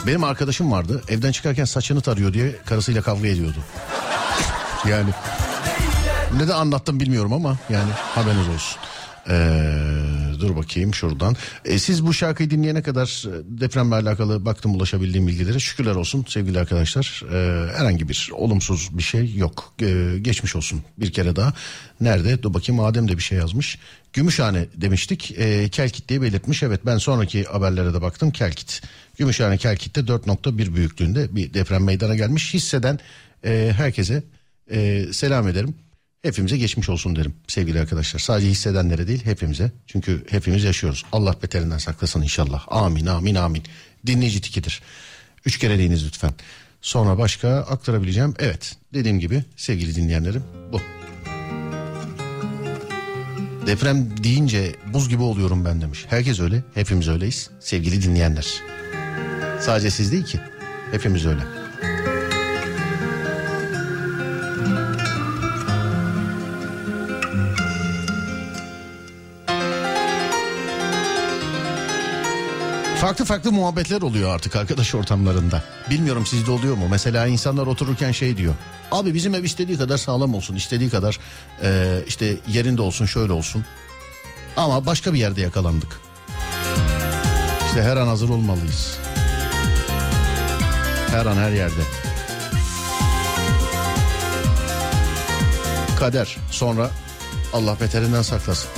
Benim arkadaşım vardı, evden çıkarken saçını tarıyor diye karısıyla kavga ediyordu. Yani ne de anlattım bilmiyorum ama yani haberiniz olsun. Dur bakayım şuradan. Siz bu şarkıyı dinleyene kadar depremle alakalı baktım ulaşabildiğim bilgilere. Şükürler olsun sevgili arkadaşlar. Herhangi bir olumsuz bir şey yok. Geçmiş olsun bir kere daha. Nerede? Dur bakayım, Adem de bir şey yazmış. Gümüşhane demiştik. Kelkit diye belirtmiş. Evet, ben sonraki haberlere de baktım. Kelkit. Gümüşhane Kelkit'te 4.1 büyüklüğünde bir deprem meydana gelmiş. Hisseden herkese selam ederim. Hepimize geçmiş olsun derim sevgili arkadaşlar. Sadece hissedenlere değil, hepimize. Çünkü hepimiz yaşıyoruz. Allah beterinden saklasın inşallah. Amin amin amin. Dinleyici tikidir. 3 kere deyiniz lütfen. Sonra başka aktarabileceğim. Evet, dediğim gibi sevgili dinleyenlerim bu. Deprem deyince buz gibi oluyorum ben demiş. Herkes öyle, hepimiz öyleyiz sevgili dinleyenler. Sadece siz değil ki, hepimiz öyle. Farklı farklı muhabbetler oluyor artık arkadaş ortamlarında. Bilmiyorum sizde oluyor mu? Mesela insanlar otururken şey diyor. Abi bizim ev istediği kadar sağlam olsun, istediği kadar işte yerinde olsun, şöyle olsun. Ama başka bir yerde yakalandık. İşte her an hazır olmalıyız. Her an her yerde. Kader, sonra Allah beterinden saklasın.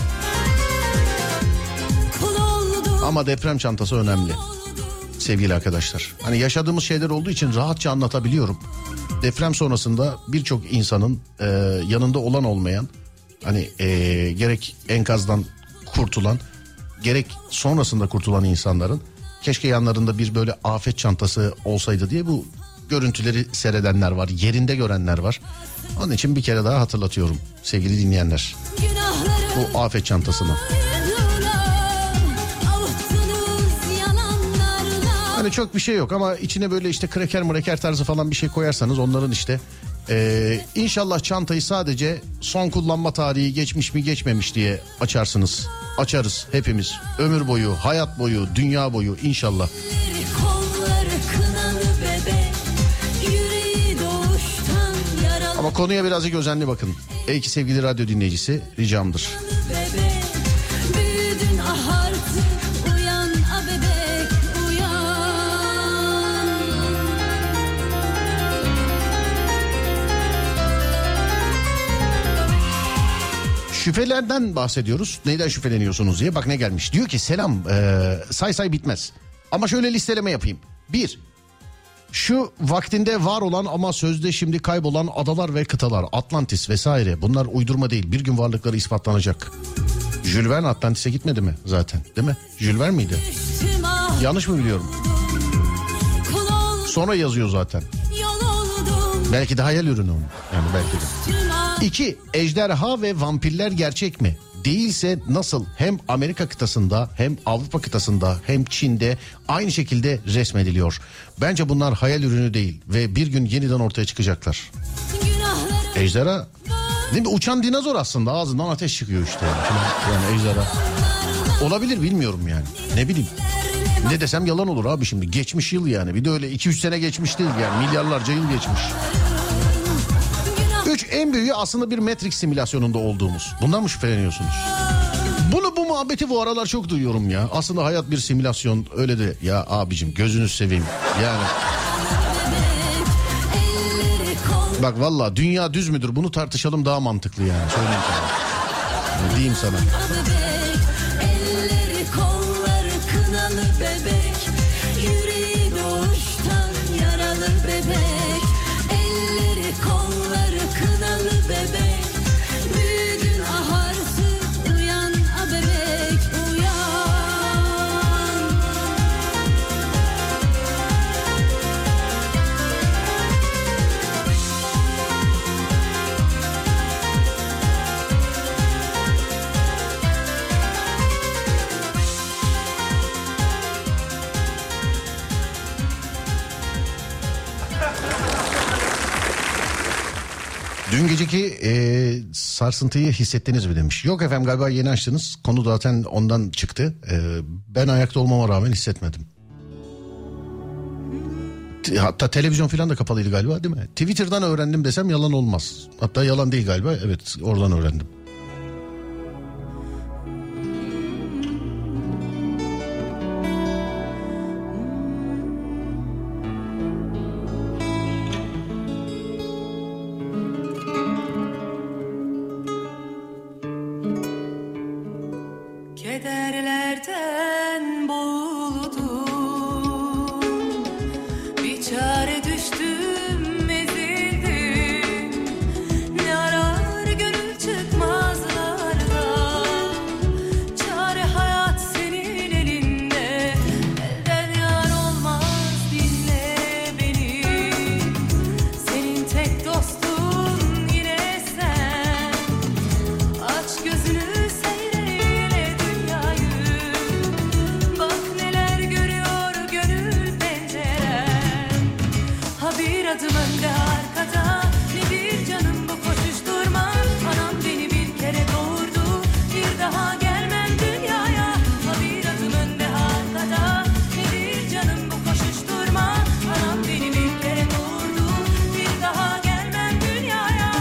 Ama deprem çantası önemli sevgili arkadaşlar. Hani yaşadığımız şeyler olduğu için rahatça anlatabiliyorum. Deprem sonrasında birçok insanın yanında olan olmayan, hani gerek enkazdan kurtulan, gerek sonrasında kurtulan insanların keşke yanlarında bir böyle afet çantası olsaydı diye bu görüntüleri seyredenler var, yerinde görenler var. Onun için bir kere daha hatırlatıyorum sevgili dinleyenler, bu afet çantasını. Hani çok bir şey yok ama içine böyle işte kreker tarzı falan bir şey koyarsanız onların işte inşallah çantayı sadece son kullanma tarihi geçmiş mi geçmemiş diye açarsınız. Açarız hepimiz. Ömür boyu, hayat boyu, dünya boyu inşallah. Ama konuya birazcık özenli bakın. Ey ki sevgili radyo dinleyicisi, ricamdır. Şüphelerden bahsediyoruz. Neyden şüpheleniyorsunuz diye. Bak ne gelmiş. Diyor ki selam, say bitmez. Ama şöyle listeleme yapayım. 1. Şu vaktinde var olan ama sözde şimdi kaybolan adalar ve kıtalar. Atlantis vesaire. Bunlar uydurma değil. Bir gün varlıkları ispatlanacak. Jules Verne Atlantis'e gitmedi mi zaten? Değil mi? Jules Verne miydi? Yanlış mı biliyorum? Sonra yazıyor zaten. Belki de hayal ürünü onun. Yani belki de. 2. Ejderha ve vampirler gerçek mi? Değilse nasıl hem Amerika kıtasında hem Avrupa kıtasında hem Çin'de aynı şekilde resmediliyor? Bence bunlar hayal ürünü değil ve bir gün yeniden ortaya çıkacaklar. Ejderha değil mi? Uçan dinozor aslında, ağzından ateş çıkıyor işte. Yani ejderha. Olabilir, bilmiyorum yani. Ne bileyim. Ne desem yalan olur abi şimdi. Geçmiş yıl yani. Bir de öyle 2-3 sene geçmiş değil yani. Milyarlarca yıl geçmiş. 3. En büyüğü aslında bir Matrix simülasyonunda olduğumuz. Bundan mı şüpheleniyorsunuz? Bu muhabbeti bu aralar çok duyuyorum ya. Aslında hayat bir simülasyon, öyle de. Ya abicim gözünüzü seveyim. Yani. Bak valla dünya düz müdür? Bunu tartışalım, daha mantıklı yani. Söyleyeyim sana. Diyeyim sana. Dün geceki sarsıntıyı hissettiniz mi demiş. Yok efendim, galiba yeni açtınız. Konu zaten ondan çıktı. Ben ayakta olmama rağmen hissetmedim. Hatta televizyon falan da kapalıydı galiba, değil mi? Twitter'dan öğrendim desem yalan olmaz. Hatta yalan değil galiba. Evet, oradan öğrendim. Kederlerden boğuldum, bir çare düştüm, ezildim. Ne arar gönül çıkmazlarda, çare hayat senin elinde. Elden yar olmaz, dinle beni. Senin tek dostun yine sen. Aç gözünü, adım önde arkada, nedir canım bu koşuşturma? Anam beni bir kere doğurdu, bir daha gelmem dünyaya. Bir adım önde arkada, nedir canım bu koşuşturma? Anam beni bir kere doğurdu, bir daha gelmem dünyaya.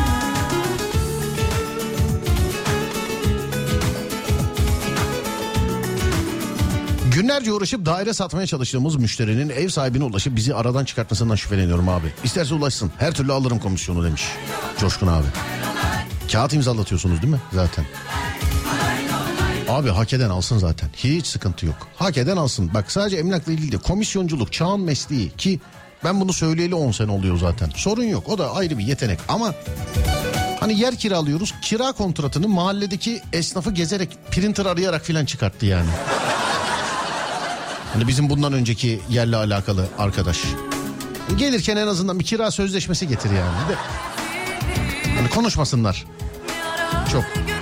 Günlerce uğraşıp daire satmaya çalıştığımız müşterinin ev sahibine ulaşıp bizi aradan çıkartmasından şüpheleniyorum abi. İsterse ulaşsın, her türlü alırım komisyonu demiş Coşkun abi. Kağıt imzalatıyorsunuz değil mi zaten? Abi hak eden alsın zaten, hiç sıkıntı yok. Hak eden alsın. Bak sadece emlakla ilgili de komisyonculuk çağın mesleği ki ben bunu söyleyeli 10 sene oluyor zaten. Sorun yok, o da ayrı bir yetenek ama... Hani yer kiralıyoruz, kira kontratını mahalledeki esnafı gezerek, printer arayarak filan çıkarttı yani. Hani bizim bundan önceki yerle alakalı arkadaş. Gelirken en azından bir kira sözleşmesi getir yani. De. Hani konuşmasınlar. Çok.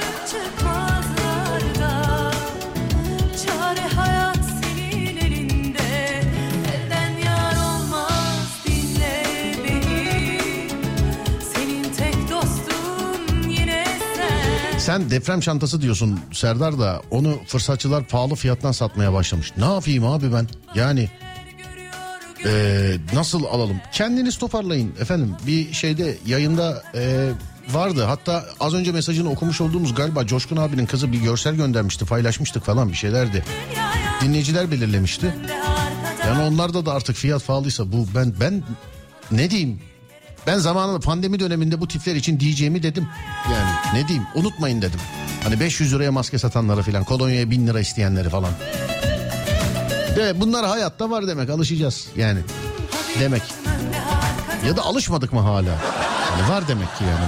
Çare hayat senin elinde. Elden yar olmaz, dinle beni. Senin tek dostun yine sen. Sen deprem çantası diyorsun Serdar da onu fırsatçılar pahalı fiyattan satmaya başlamış. Ne yapayım abi ben? Yani nasıl alalım? Kendiniz toparlayın efendim. Bir şeyde yayında vardı. Hatta az önce mesajını okumuş olduğumuz galiba Coşkun abinin kızı bir görsel göndermişti. Paylaşmıştık falan bir şeylerdi. Dinleyiciler belirlemişti. Yani onlarda da artık fiyat pahalıysa bu ben ne diyeyim? Ben zamanında pandemi döneminde bu tipler için diyeceğimi dedim. Yani ne diyeyim, unutmayın dedim. Hani 500 liraya maske satanlara falan, kolonyaya 1000 lira isteyenleri falan. De bunlar hayatta var demek, alışacağız yani demek. Ya da alışmadık mı hala? Yani var demek ki yani.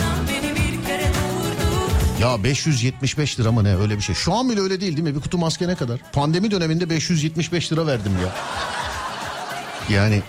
Ya 575 lira mı ne, öyle bir şey. Şu an bile öyle değil mi? Bir kutu maske ne kadar? Pandemi döneminde 575 lira verdim ya. Yani...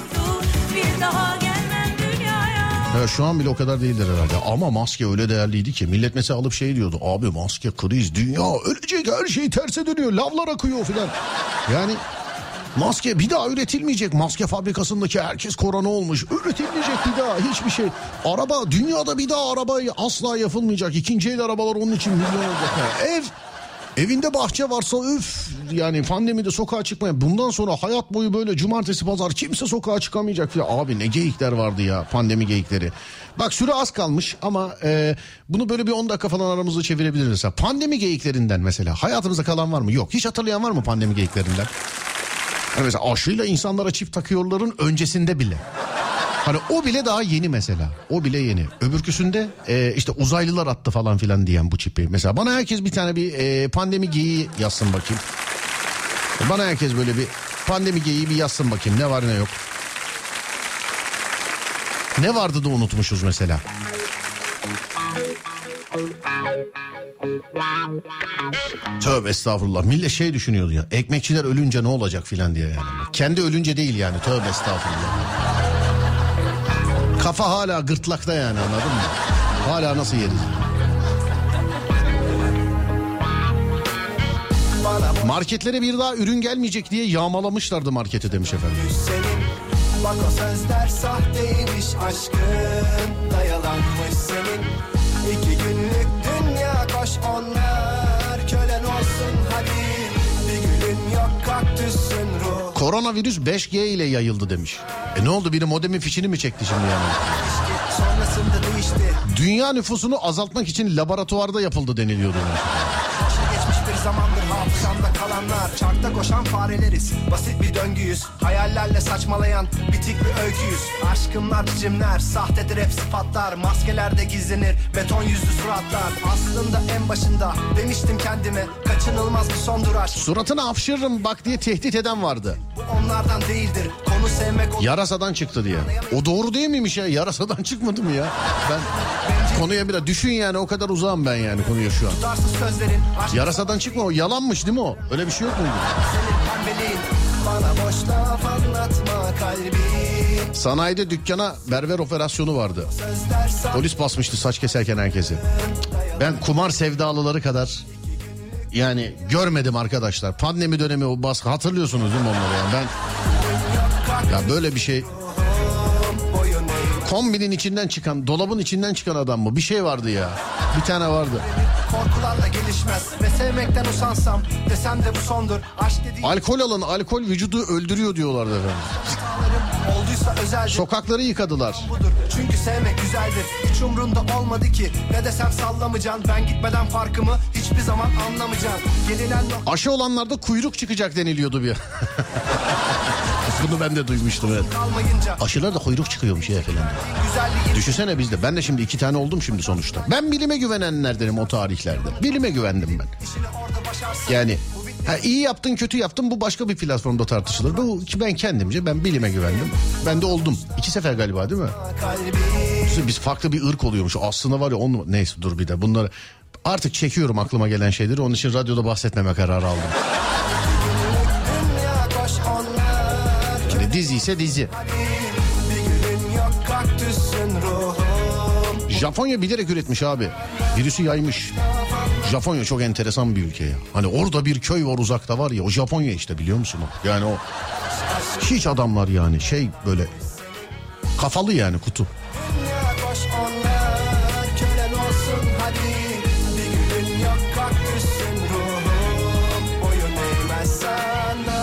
Evet, şu an bile o kadar değildir herhalde. Ama maske öyle değerliydi ki millet mesela alıp şey diyordu. Abi maske kriz, dünya ölecek, her şey terse dönüyor, lavlar akıyor filan. Yani maske bir daha üretilmeyecek. Maske fabrikasındaki herkes korona olmuş. Üretilmeyecek bir daha hiçbir şey. Araba, dünyada bir daha araba asla yapılmayacak. İkinci el arabalar onun için milyon olacak. Evinde bahçe varsa üf, yani pandemide sokağa çıkmaya, bundan sonra hayat boyu böyle cumartesi pazar kimse sokağa çıkamayacak ya. Abi ne geyikler vardı ya, pandemi geyikleri. Bak süre az kalmış ama bunu böyle bir 10 dakika falan aramızda çevirebiliriz. Pandemi geyiklerinden mesela hayatımızda kalan var mı? Yok. Hiç hatırlayan var mı pandemi geyiklerinden? Yani mesela aşıyla insanlara çift takıyorların öncesinde bile. Hani o bile daha yeni mesela. O bile yeni. Öbürküsünde işte uzaylılar attı falan filan diyen bu çipi. Mesela bana herkes bir tane bir pandemi geyiği yazsın bakayım. Bana herkes böyle bir pandemi geyiği bir yazsın bakayım. Ne var ne yok. Ne vardı da unutmuşuz mesela. Tövbe estağfurullah. Millet şey düşünüyordu ya. Ekmekçiler ölünce ne olacak filan diye yani. Kendi ölünce değil yani. Tövbe estağfurullah. Kafa hala gırtlakta yani, anladın mı? Hala nasıl yeriz? Marketlere bir daha ürün gelmeyecek diye yağmalamışlardı marketi demiş efendim. Senin, bak o sözler sahteymiş, aşkın da yalanmış senin. 2 günlük dünya, koş onlar kölen olsun hadi. Bir gülün yok, kaktüsün ruh. Koronavirüs 5G ile yayıldı demiş. Ne oldu, biri modemin fişini mi çekti şimdi yani? Sonrasında değişti. Dünya nüfusunu azaltmak için laboratuvarda yapıldı deniliyordu. Geçmiş bir zamandır hafızamda kalanlar. Çarkta koşan fareleriz. Basit bir döngüyüz. Hayallerle saçmalayan bitik bir öyküyüz. Aşkımlar biçimler, sahtedir hep sıfatlar. Maskelerde gizlenir beton yüzlü suratlar. Aslında en başında demiştim kendime, kaçınılmaz bir sondur aşk. Suratına hapşırırım bak diye tehdit eden vardı. Bu onlardan değildir. Konu sevmek Yarasadan çıktı diye. O doğru değil miymiş ya? Yarasadan çıkmadı mı ya? Ben konuya biraz düşün yani, o kadar uzağım ben yani konuya şu an. tutarsız sözlerin. Yarasadan çıkma, o yalanmış değil mi o? Öyle bir şey yok muydu? Senin pembeliğin. Bana boş laf anlatma kalbim. Sanayide dükkana berber operasyonu vardı. Sözler sana. Polis basmıştı saç keserken herkesi. Ben kumar sevdalıları kadar yani görmedim arkadaşlar. Pandemi dönemi o baskı, hatırlıyorsunuz değil mi onları yani? Ben ya böyle bir şey, kombinin içinden çıkan, dolabın içinden çıkan adam mı? Bir şey vardı ya. Bir tane vardı. Korkularla gelişmez ve sevmekten usansam desem de bu sondur. Aşk dediğim Alkol alın, alkol vücudu öldürüyor diyorlardı efendim. olduysa özeldir. Sokakları yıkadılar. Budur. Çünkü sevmek güzeldir. Hiç umrunda olmadı ki. Ne desem sallamayacaksın. Ben gitmeden farkımı hiçbir zaman anlamayacaksın. Gelinen nokta Aşı olanlarda kuyruk çıkacak deniliyordu bir. Bunu ben de duymuştum evet. kalmayınca. Aşılarda kuyruk çıkıyormuş ya efendim. Güzelliği Düşünsene bizde. Ben de şimdi 2 tane oldum şimdi sonuçta. Ben bilime güvenenlerdenim o tarihlerde. Bilime güvendim ben. orada başarsın. Yani iyi yaptın kötü yaptın bu başka bir platformda tartışılır. Bu ben kendimce ben bilime güvendim. Ben de oldum. 2 sefer galiba değil mi? Kalbim. Biz farklı bir ırk oluyormuş. Aslında var ya neyse dur bir de bunları artık çekiyorum aklıma gelen şeyleri. Onun için radyoda bahsetmeme kararı aldım. Dünya koş onlar. Yani dizi ise dizi. Bir gülün yok kaktüsün ruhum. Japonya bilerek üretmiş abi. Virüsü yaymış. Japonya çok enteresan bir ülke ya. Hani orada bir köy var uzakta var ya, o Japonya işte, biliyor musun o? Yani o hiç adamlar yani şey böyle kafalı yani kutu. Dünya koş onlar. Kölen olsun hadi. Bir gülün yok kaktüsün ruhum. Boyun eğmez sana.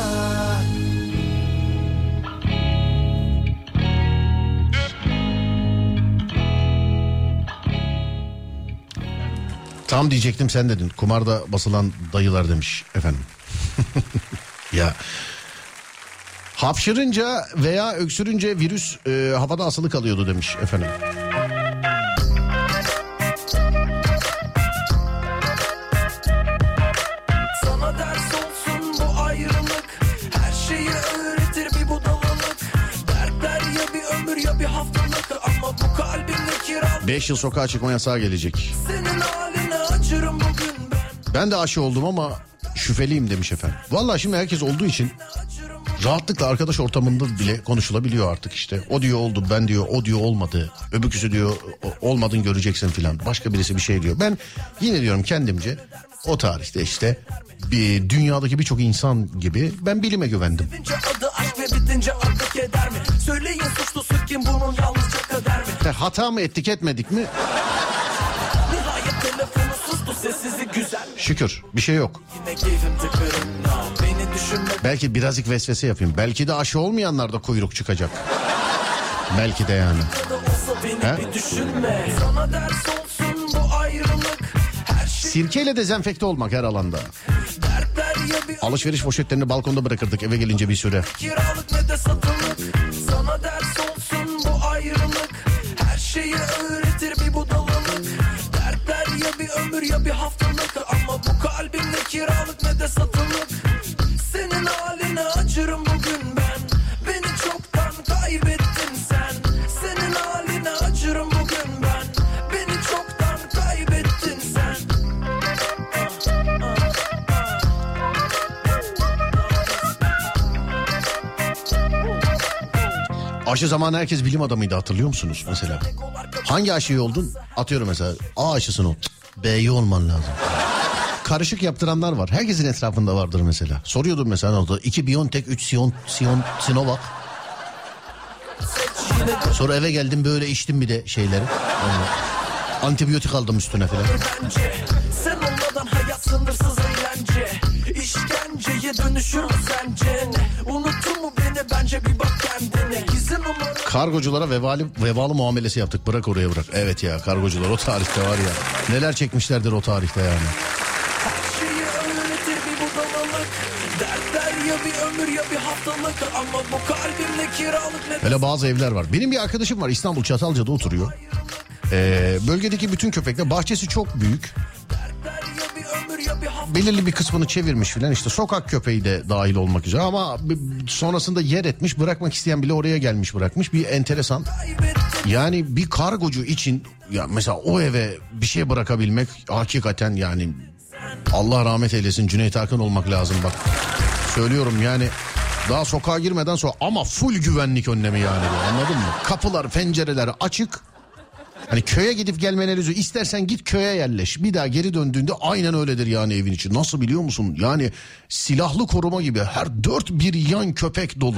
Tam diyecektim sen dedin. Kumarda basılan dayılar demiş efendim. Ya hapşırınca veya öksürünce virüs havada asılı kalıyordu demiş efendim. Sana ders olsun bu ayrılık. Her şeyi öğretir bir budalalık. Dertler ya bir ömür ya bir haftalık. Ama bu kalbimde kiralık. 5 yıl sokağa çıkma yasağı gelecek. Senin haline acırım bugün ben. Ben de aşı oldum ama şüpheliyim demiş efendim. Vallahi şimdi herkes olduğu için rahatlıkla arkadaş ortamında bile konuşulabiliyor artık işte. O diyor oldu, ben diyor, o diyor olmadı. Öbürküsü diyor olmadın göreceksin filan. Başka birisi bir şey diyor. Ben yine diyorum kendimce o tarihte işte bir dünyadaki birçok insan gibi ben bilime güvendim. Bitince adı aşk ve bitince adı keder mi? Söyleyin suçlusu kim, bunun yalnızca kader mi? Hata mı ettik etmedik mi? Nihayet telefonu sustu, sessizlik güzel. Şükür bir şey yok. Yine keyfim tıkırım, beni düşünme. Belki birazcık vesvese yapayım. Belki de aşı olmayanlar da kuyruk çıkacak. Belki de yani. Olsa beni He? bir düşünme. Sana ders olsun bu ayrılık. Her şey Sirkeyle dezenfekte olmak her alanda. dertler ya bir Alışveriş poşetlerini balkonda bırakırdık eve gelince bir süre. kiralık ne de satılık. Sana ders olsun bu ayrılık. Her şeyi öğretir bir budalalık. Dertler ya bir ömür ya bir haftalık. Ama bu kalbimde kiralık ne de satılık. Senin haline acırım bugün ben. Beni çoktan kaybettin sen. Senin haline acırım bugün ben. Beni çoktan kaybettin sen. Aşı zamanı herkes bilim adamıydı, hatırlıyor musunuz mesela? Hangi aşıyı oldun? Atıyorum mesela A aşısını ol. B'yi olman lazım. Karışık yaptıranlar var. Herkesin etrafında vardır mesela. Soruyordum mesela orada 2 BioNTech 3 Sinovac. Sonra eve geldim böyle içtim bir de şeyleri. Antibiyotik aldım üstüne falan. Sen olmadan hayat sınırsız eğlence. İşkence geceye dönüşür mü sence ne? Unuttun mu beni bence bir bak kendine. Gizli numara. Kargoculara vebalı muamelesi yaptık. Bırak oraya bırak. Evet ya, kargocular o tarihte var ya. Neler çekmişlerdir o tarihte yani. Şeyi öğretir bir budalalık. Dertler ya bir ömür ya bir haftalık. Ama bu kalbimde kiralık ne? Böyle bazı evler var. Benim bir arkadaşım var, İstanbul Çatalca'da oturuyor. Bölgedeki bütün köpekler, bahçesi çok büyük. Belirli bir kısmını çevirmiş filan, işte sokak köpeği de dahil olmak üzere, ama sonrasında yer etmiş, bırakmak isteyen bile oraya gelmiş bırakmış. Bir enteresan. Yani bir kargocu için ya mesela o eve bir şey bırakabilmek hakikaten yani Allah rahmet eylesin, Cüneyt Arkın olmak lazım bak. Söylüyorum yani, daha sokağa girmeden sonra ama full güvenlik önlemi yani, anladın mı? Kapılar, pencereler açık. Hani köye gidip gelmene lüzum. İstersen git köye yerleş. Bir daha geri döndüğünde aynen öyledir yani evin içi. Nasıl biliyor musun? Yani silahlı koruma gibi her dört bir yan köpek dolu.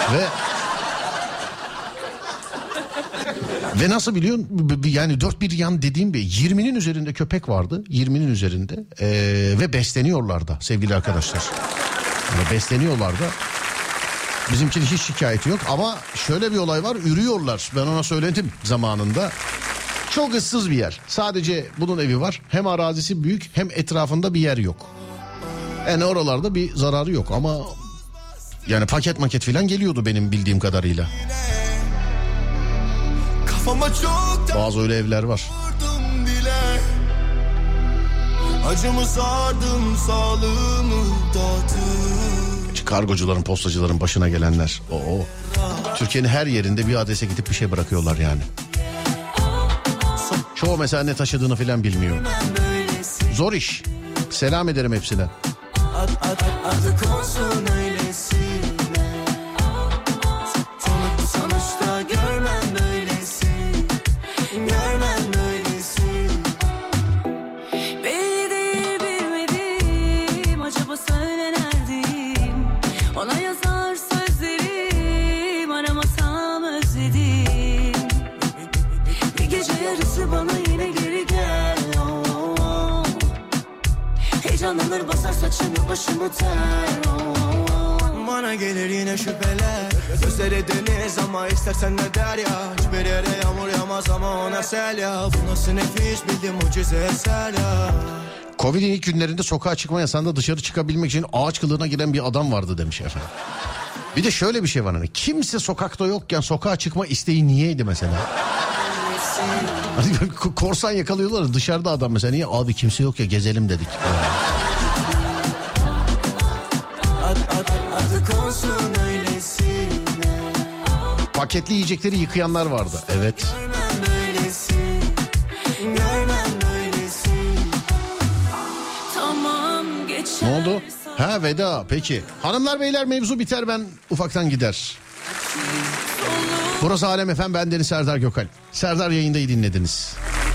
Ve nasıl biliyorsun? Yani dört bir yan dediğim bir 20'nin üzerinde köpek vardı. 20'nin üzerinde. Ve besleniyorlar da sevgili arkadaşlar. Yani besleniyorlar da. Bizimkinin hiç şikayeti yok ama şöyle bir olay var, ürüyorlar. Ben ona söyledim zamanında. Çok ıssız bir yer. Sadece bunun evi var. Hem arazisi büyük hem etrafında bir yer yok. Yani oralarda bir zararı yok ama yani paket falan geliyordu benim bildiğim kadarıyla. Bazı öyle evler var. Acımı sardım, sağlığımı dağıttım. Kargocuların, postacıların başına gelenler. Türkiye'nin her yerinde bir adrese gidip bir şey bırakıyorlar yani. Çoğu mesela ne taşıdığını falan bilmiyor. Zor iş. Selam ederim hepsine. Adı konsun öylesine. Sonuçta görmem böylesi. Görmem böylesi. Belli değil bilmediğim, acaba söylenerdim. Ona yazar sözlerim, aramasam özledim. Bir gece yarısı bana yine geri gel. Heyecanlanır basar saçımı başımı ter. Bana gelir yine şüpheler. Gözleri deniz ama istersen ne der ya. Hiçbir yere yağmur yağmaz ama ona sel ya. Bu nasıl nefis bildim mucize eser ya. Covid'in ilk günlerinde sokağa çıkma yasağında dışarı çıkabilmek için ağaç kılığına giren bir adam vardı demiş efendim. Bir de şöyle bir şey var, hani kimse sokakta yokken sokağa çıkma isteği niyeydi mesela? Hani korsan yakalıyorlar dışarıda adam mesela, niye abi kimse yok ya gezelim dedik. Paketli yiyecekleri yıkayanlar vardı. Evet. Ne oldu? Ha, veda. Peki. Hanımlar beyler, mevzu biter, ben ufaktan gider. Burası Alem FM, ben Deniz Serdar Gökalp. Serdar Yayında'yı dinlediniz.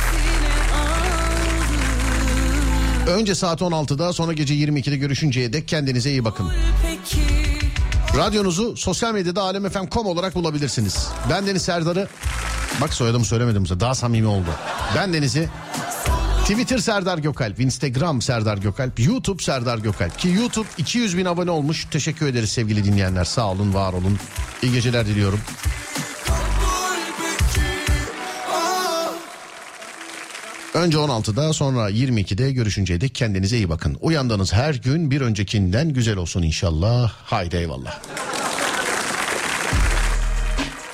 Önce saat 16'da, sonra gece 22'de görüşünceye dek kendinize iyi bakın. Radyonuzu sosyal medyada alemfm.com olarak bulabilirsiniz. Ben Deniz Serdar'ı, bak soyadımı söylemedim size, daha samimi oldu. Ben Deniz'i Twitter Serdar Gökalp, Instagram Serdar Gökalp, YouTube Serdar Gökalp. Ki YouTube 200.000 abone olmuş. Teşekkür ederiz sevgili dinleyenler. Sağ olun, var olun. İyi geceler diliyorum. Önce 16'da, sonra 22'de görüşünceye dek kendinize iyi bakın. Uyandığınız her gün bir öncekinden güzel olsun inşallah. Haydi eyvallah.